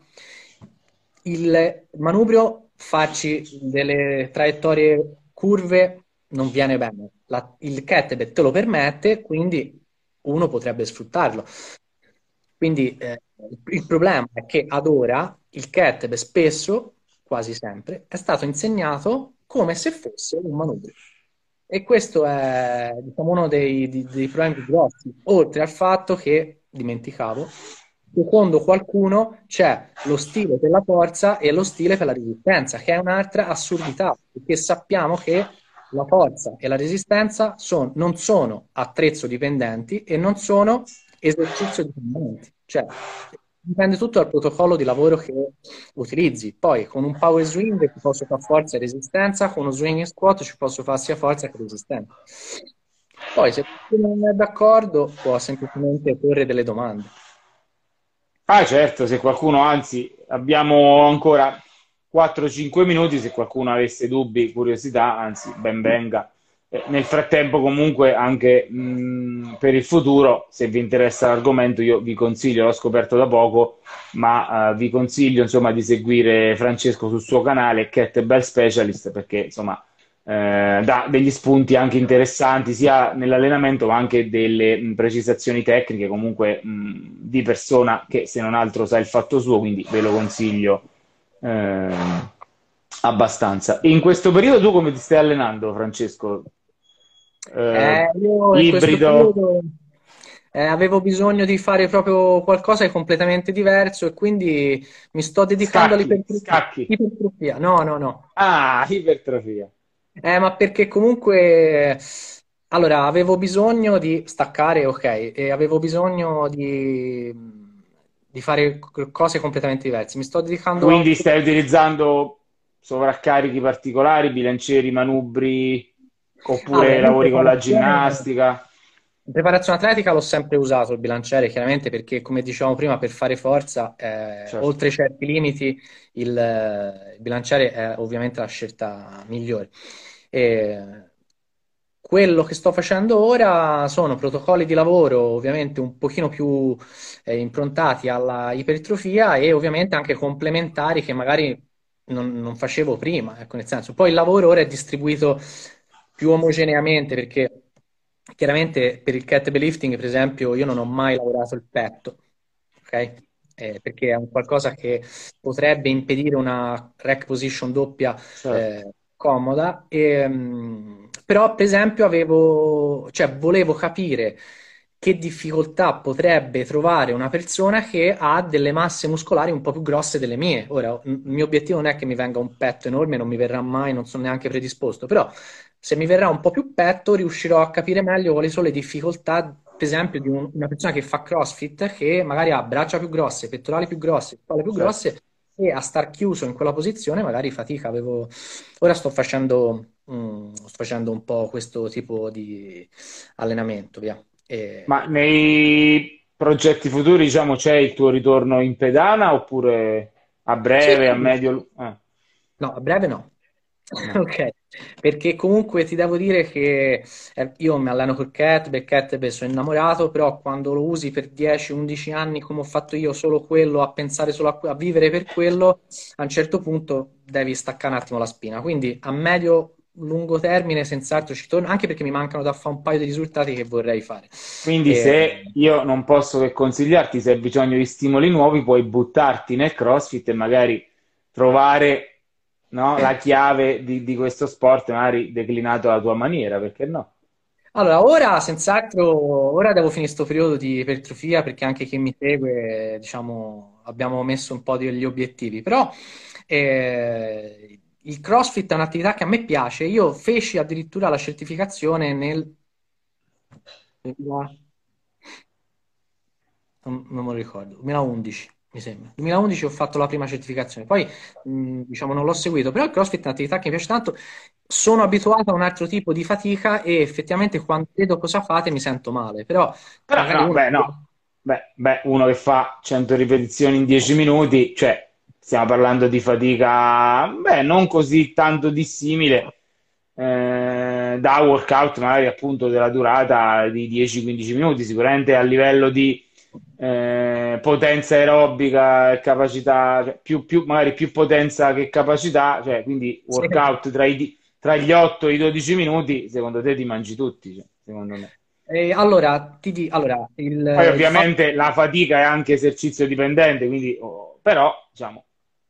Il manubrio, farci delle traiettorie curve non viene bene. La- il kettlebell te lo permette, quindi uno potrebbe sfruttarlo. Quindi eh, il il problema è che ad ora il kettlebell spesso, quasi sempre, è stato insegnato come se fosse un manubrio. E questo è, diciamo, uno dei, di- dei problemi più grossi, oltre al fatto che, dimenticavo, secondo qualcuno c'è lo stile per la forza e lo stile per la resistenza, che è un'altra assurdità, perché sappiamo che la forza e la resistenza son- non sono attrezzo dipendenti e non sono esercizio dipendenti. Cioè, dipende tutto dal protocollo di lavoro che utilizzi. Poi con un power swing ci posso fare forza e resistenza, con uno swing in squat ci posso fare sia forza che resistenza. Poi se qualcuno non è d'accordo può semplicemente porre delle domande. Ah, certo, se qualcuno, anzi, abbiamo ancora quattro cinque minuti, se qualcuno avesse dubbi, curiosità, anzi, ben venga. Eh, nel frattempo, comunque, anche mh, per il futuro, se vi interessa l'argomento, io vi consiglio, l'ho scoperto da poco, ma eh, vi consiglio, insomma, di seguire Francesco sul suo canale, Kettlebell Specialist, perché, insomma, eh, dà degli spunti anche interessanti sia nell'allenamento ma anche delle mh, precisazioni tecniche comunque mh, di persona che se non altro sa il fatto suo, quindi ve lo consiglio eh, abbastanza. In questo periodo tu come ti stai allenando, Francesco? Eh, Eh, io in questo ibrido, periodo eh, avevo bisogno di fare proprio qualcosa di completamente diverso e quindi mi sto dedicando scacchi, all'ipertrofia. scacchi. Ipertrofia. No, no, no. Ah, ipertrofia. Eh, ma perché comunque, allora, avevo bisogno di staccare, ok, e avevo bisogno di, di fare c- cose completamente diverse. Mi sto dedicando a un... Quindi stai utilizzando sovraccarichi particolari, bilancieri, manubri, Allora, oppure io in lavori con la preparazione, ginnastica? in preparazione atletica l'ho sempre usato il bilanciere, chiaramente perché, come dicevamo prima, per fare forza, eh, Certo. oltre certi limiti, il, eh, il bilanciere è ovviamente la scelta migliore. E quello che sto facendo ora sono protocolli di lavoro ovviamente un pochino più eh, improntati alla ipertrofia e ovviamente anche complementari che magari non, non facevo prima, ecco, nel senso. Poi il lavoro ora è distribuito più omogeneamente perché chiaramente per il kettlebell lifting, per esempio, io non ho mai lavorato il petto, ok? Eh, perché è un qualcosa che potrebbe impedire una rack position doppia Certo. eh, comoda. E, mh, però, per esempio, avevo, cioè, volevo capire che difficoltà potrebbe trovare una persona che ha delle masse muscolari un po' più grosse delle mie. Ora, il mio obiettivo non è che mi venga un petto enorme, non mi verrà mai, non sono neanche predisposto, però se mi verrà un po' più petto, riuscirò a capire meglio quali sono le difficoltà, per esempio, di un- una persona che fa CrossFit, che magari ha braccia più grosse, pettorali più grossi, spalle più Certo. grosse, e a star chiuso in quella posizione magari fatica. Avevo... Ora sto facendo, mm, sto facendo un po' questo tipo di allenamento, via. E- Ma nei progetti futuri, diciamo, c'è il tuo ritorno in pedana oppure a Sì, breve, a sì. medio? Eh, No, a breve no. no. Ok, perché comunque ti devo dire che eh, io mi alleno col kettlebell, kettlebell sono innamorato, però quando lo usi per dieci undici anni come ho fatto io, solo quello, a pensare solo a, que- a vivere per quello, a un certo punto devi staccare un attimo la spina. Quindi a medio lungo termine senz'altro ci torno, anche perché mi mancano da fare un paio di risultati che vorrei fare. Quindi E- se io non posso che consigliarti, se hai bisogno di stimoli nuovi, puoi buttarti nel CrossFit e magari trovare, no, la chiave di, di questo sport, magari declinato alla tua maniera, perché no? Allora, ora senz'altro, ora devo finire questo periodo di ipertrofia perché anche chi mi segue, diciamo, abbiamo messo un po' degli obiettivi, però eh, il CrossFit è un'attività che a me piace. Io feci addirittura la certificazione nel non, non me lo ricordo, duemilaundici mi sembra. duemilaundici ho fatto la prima certificazione, poi mh, diciamo non l'ho seguito, però il CrossFit è un'attività che mi piace tanto, sono abituato a un altro tipo di fatica e effettivamente quando vedo cosa fate mi sento male, però Però magari no, uno... beh, no. Beh, beh, uno che fa cento ripetizioni in dieci minuti, cioè, stiamo parlando di fatica, beh, non così tanto dissimile eh, da workout, magari appunto della durata di dieci quindici minuti, sicuramente a livello di eh, potenza aerobica e capacità, cioè, più, più- magari più potenza che capacità, cioè, quindi Sì. workout tra, i di- tra gli otto e i dodici minuti, secondo te ti mangi tutti, cioè, secondo me. E allora, ti di, allora Poi il, il fatto... ovviamente la fatica è anche esercizio dipendente, quindi, oh, però, diciamo,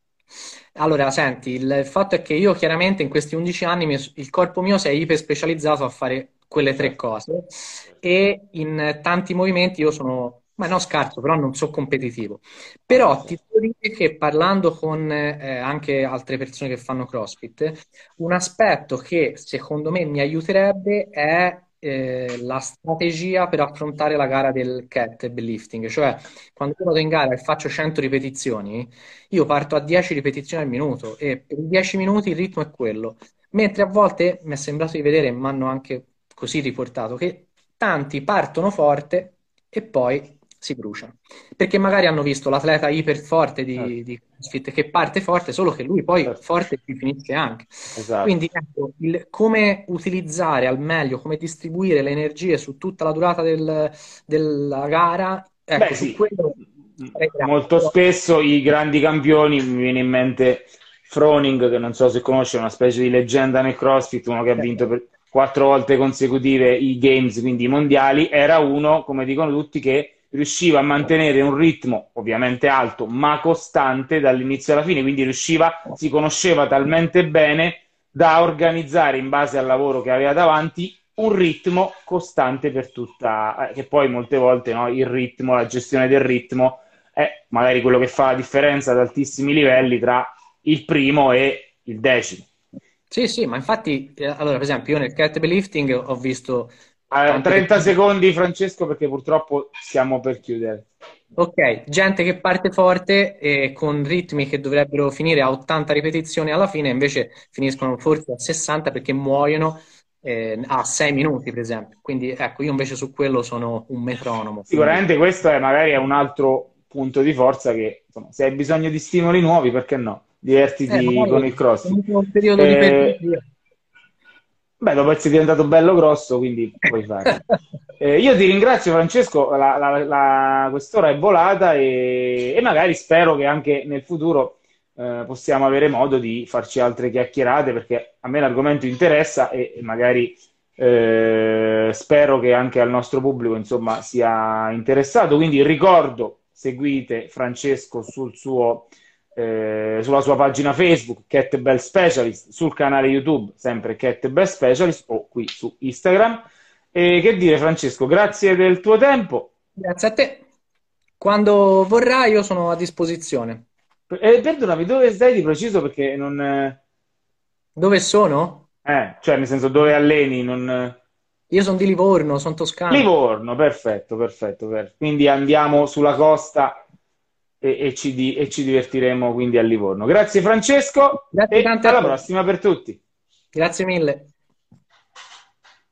Allora, senti, il fatto è che io chiaramente in questi undici anni mi- il corpo mio si è iper specializzato a fare quelle tre certo, cose certo. e in tanti movimenti io sono, ma no scarso, però non so competitivo. Vabbè, Però ti certo. devo dire che parlando con eh, anche altre persone che fanno CrossFit, un aspetto che secondo me mi aiuterebbe è eh, la strategia per affrontare la gara del kettlebell lifting, cioè quando io vado in gara e faccio cento ripetizioni, io parto a dieci ripetizioni al minuto e per i dieci minuti il ritmo è quello. Mentre a volte mi è sembrato di vedere, e mi hanno anche così riportato, che tanti partono forte e poi si bruciano. Perché magari hanno visto l'atleta iperforte Certo, di, di CrossFit che parte forte, solo che lui poi certo, forte ci finisce anche. esatto. Quindi ecco, il- come utilizzare al meglio, come distribuire le energie su tutta la durata del- della gara, Beh, ecco, su sì, quello sarei bravo. molto spesso i grandi campioni, mi viene in mente Froning, che non so se conosce, è una specie di leggenda nel CrossFit, uno che ha vinto per quattro volte consecutive i Games, quindi i mondiali, era uno, come dicono tutti, che riusciva a mantenere un ritmo ovviamente alto, ma costante dall'inizio alla fine, quindi riusciva, si conosceva talmente bene da organizzare in base al lavoro che aveva davanti un ritmo costante per tutta, eh, che poi molte volte no, il ritmo, la gestione del ritmo è magari quello che fa la differenza ad altissimi livelli tra il primo e il decimo. Sì, sì, ma infatti, eh, allora, per esempio, io nel kettlebell lifting ho visto Eh, tante trenta persone, secondi, Francesco, perché purtroppo stiamo per chiudere. ok, gente che parte forte e con ritmi che dovrebbero finire a ottanta ripetizioni alla fine, invece finiscono forse a sessanta perché muoiono eh, a sei minuti, per esempio. Quindi, ecco, io invece su quello sono un metronomo, quindi Sicuramente questo è magari è un altro punto di forza che, insomma, se hai bisogno di stimoli nuovi, perché no? eh, Divertiti con magari il CrossFit. comunque un periodo di Eh, ipertrofia. Beh, dopo essere diventato bello grosso, quindi puoi farlo. Eh, io ti ringrazio, Francesco, la, la- la- quest'ora è volata e, e magari spero che anche nel futuro eh, possiamo avere modo di farci altre chiacchierate, perché a me l'argomento interessa e magari eh, spero che anche al nostro pubblico, insomma, sia interessato. Quindi ricordo, seguite Francesco sul suo, eh, sulla sua pagina Facebook, Kettlebell Specialist, sul canale YouTube, sempre Kettlebell Specialist, o qui su Instagram. E che dire, Francesco, grazie del tuo tempo. Grazie a te. Quando vorrai, io sono a disposizione. Eh, perdonami, dove stai di preciso? Perché non... Eh, Dove sono? eh, cioè, nel senso, dove alleni? Non... Io sono di Livorno, sono toscano. Livorno, perfetto, perfetto, perfetto. Quindi andiamo sulla costa e, e ci di- e ci divertiremo quindi a Livorno. Grazie Francesco Grazie e tante a alla te. prossima per tutti. Grazie mille.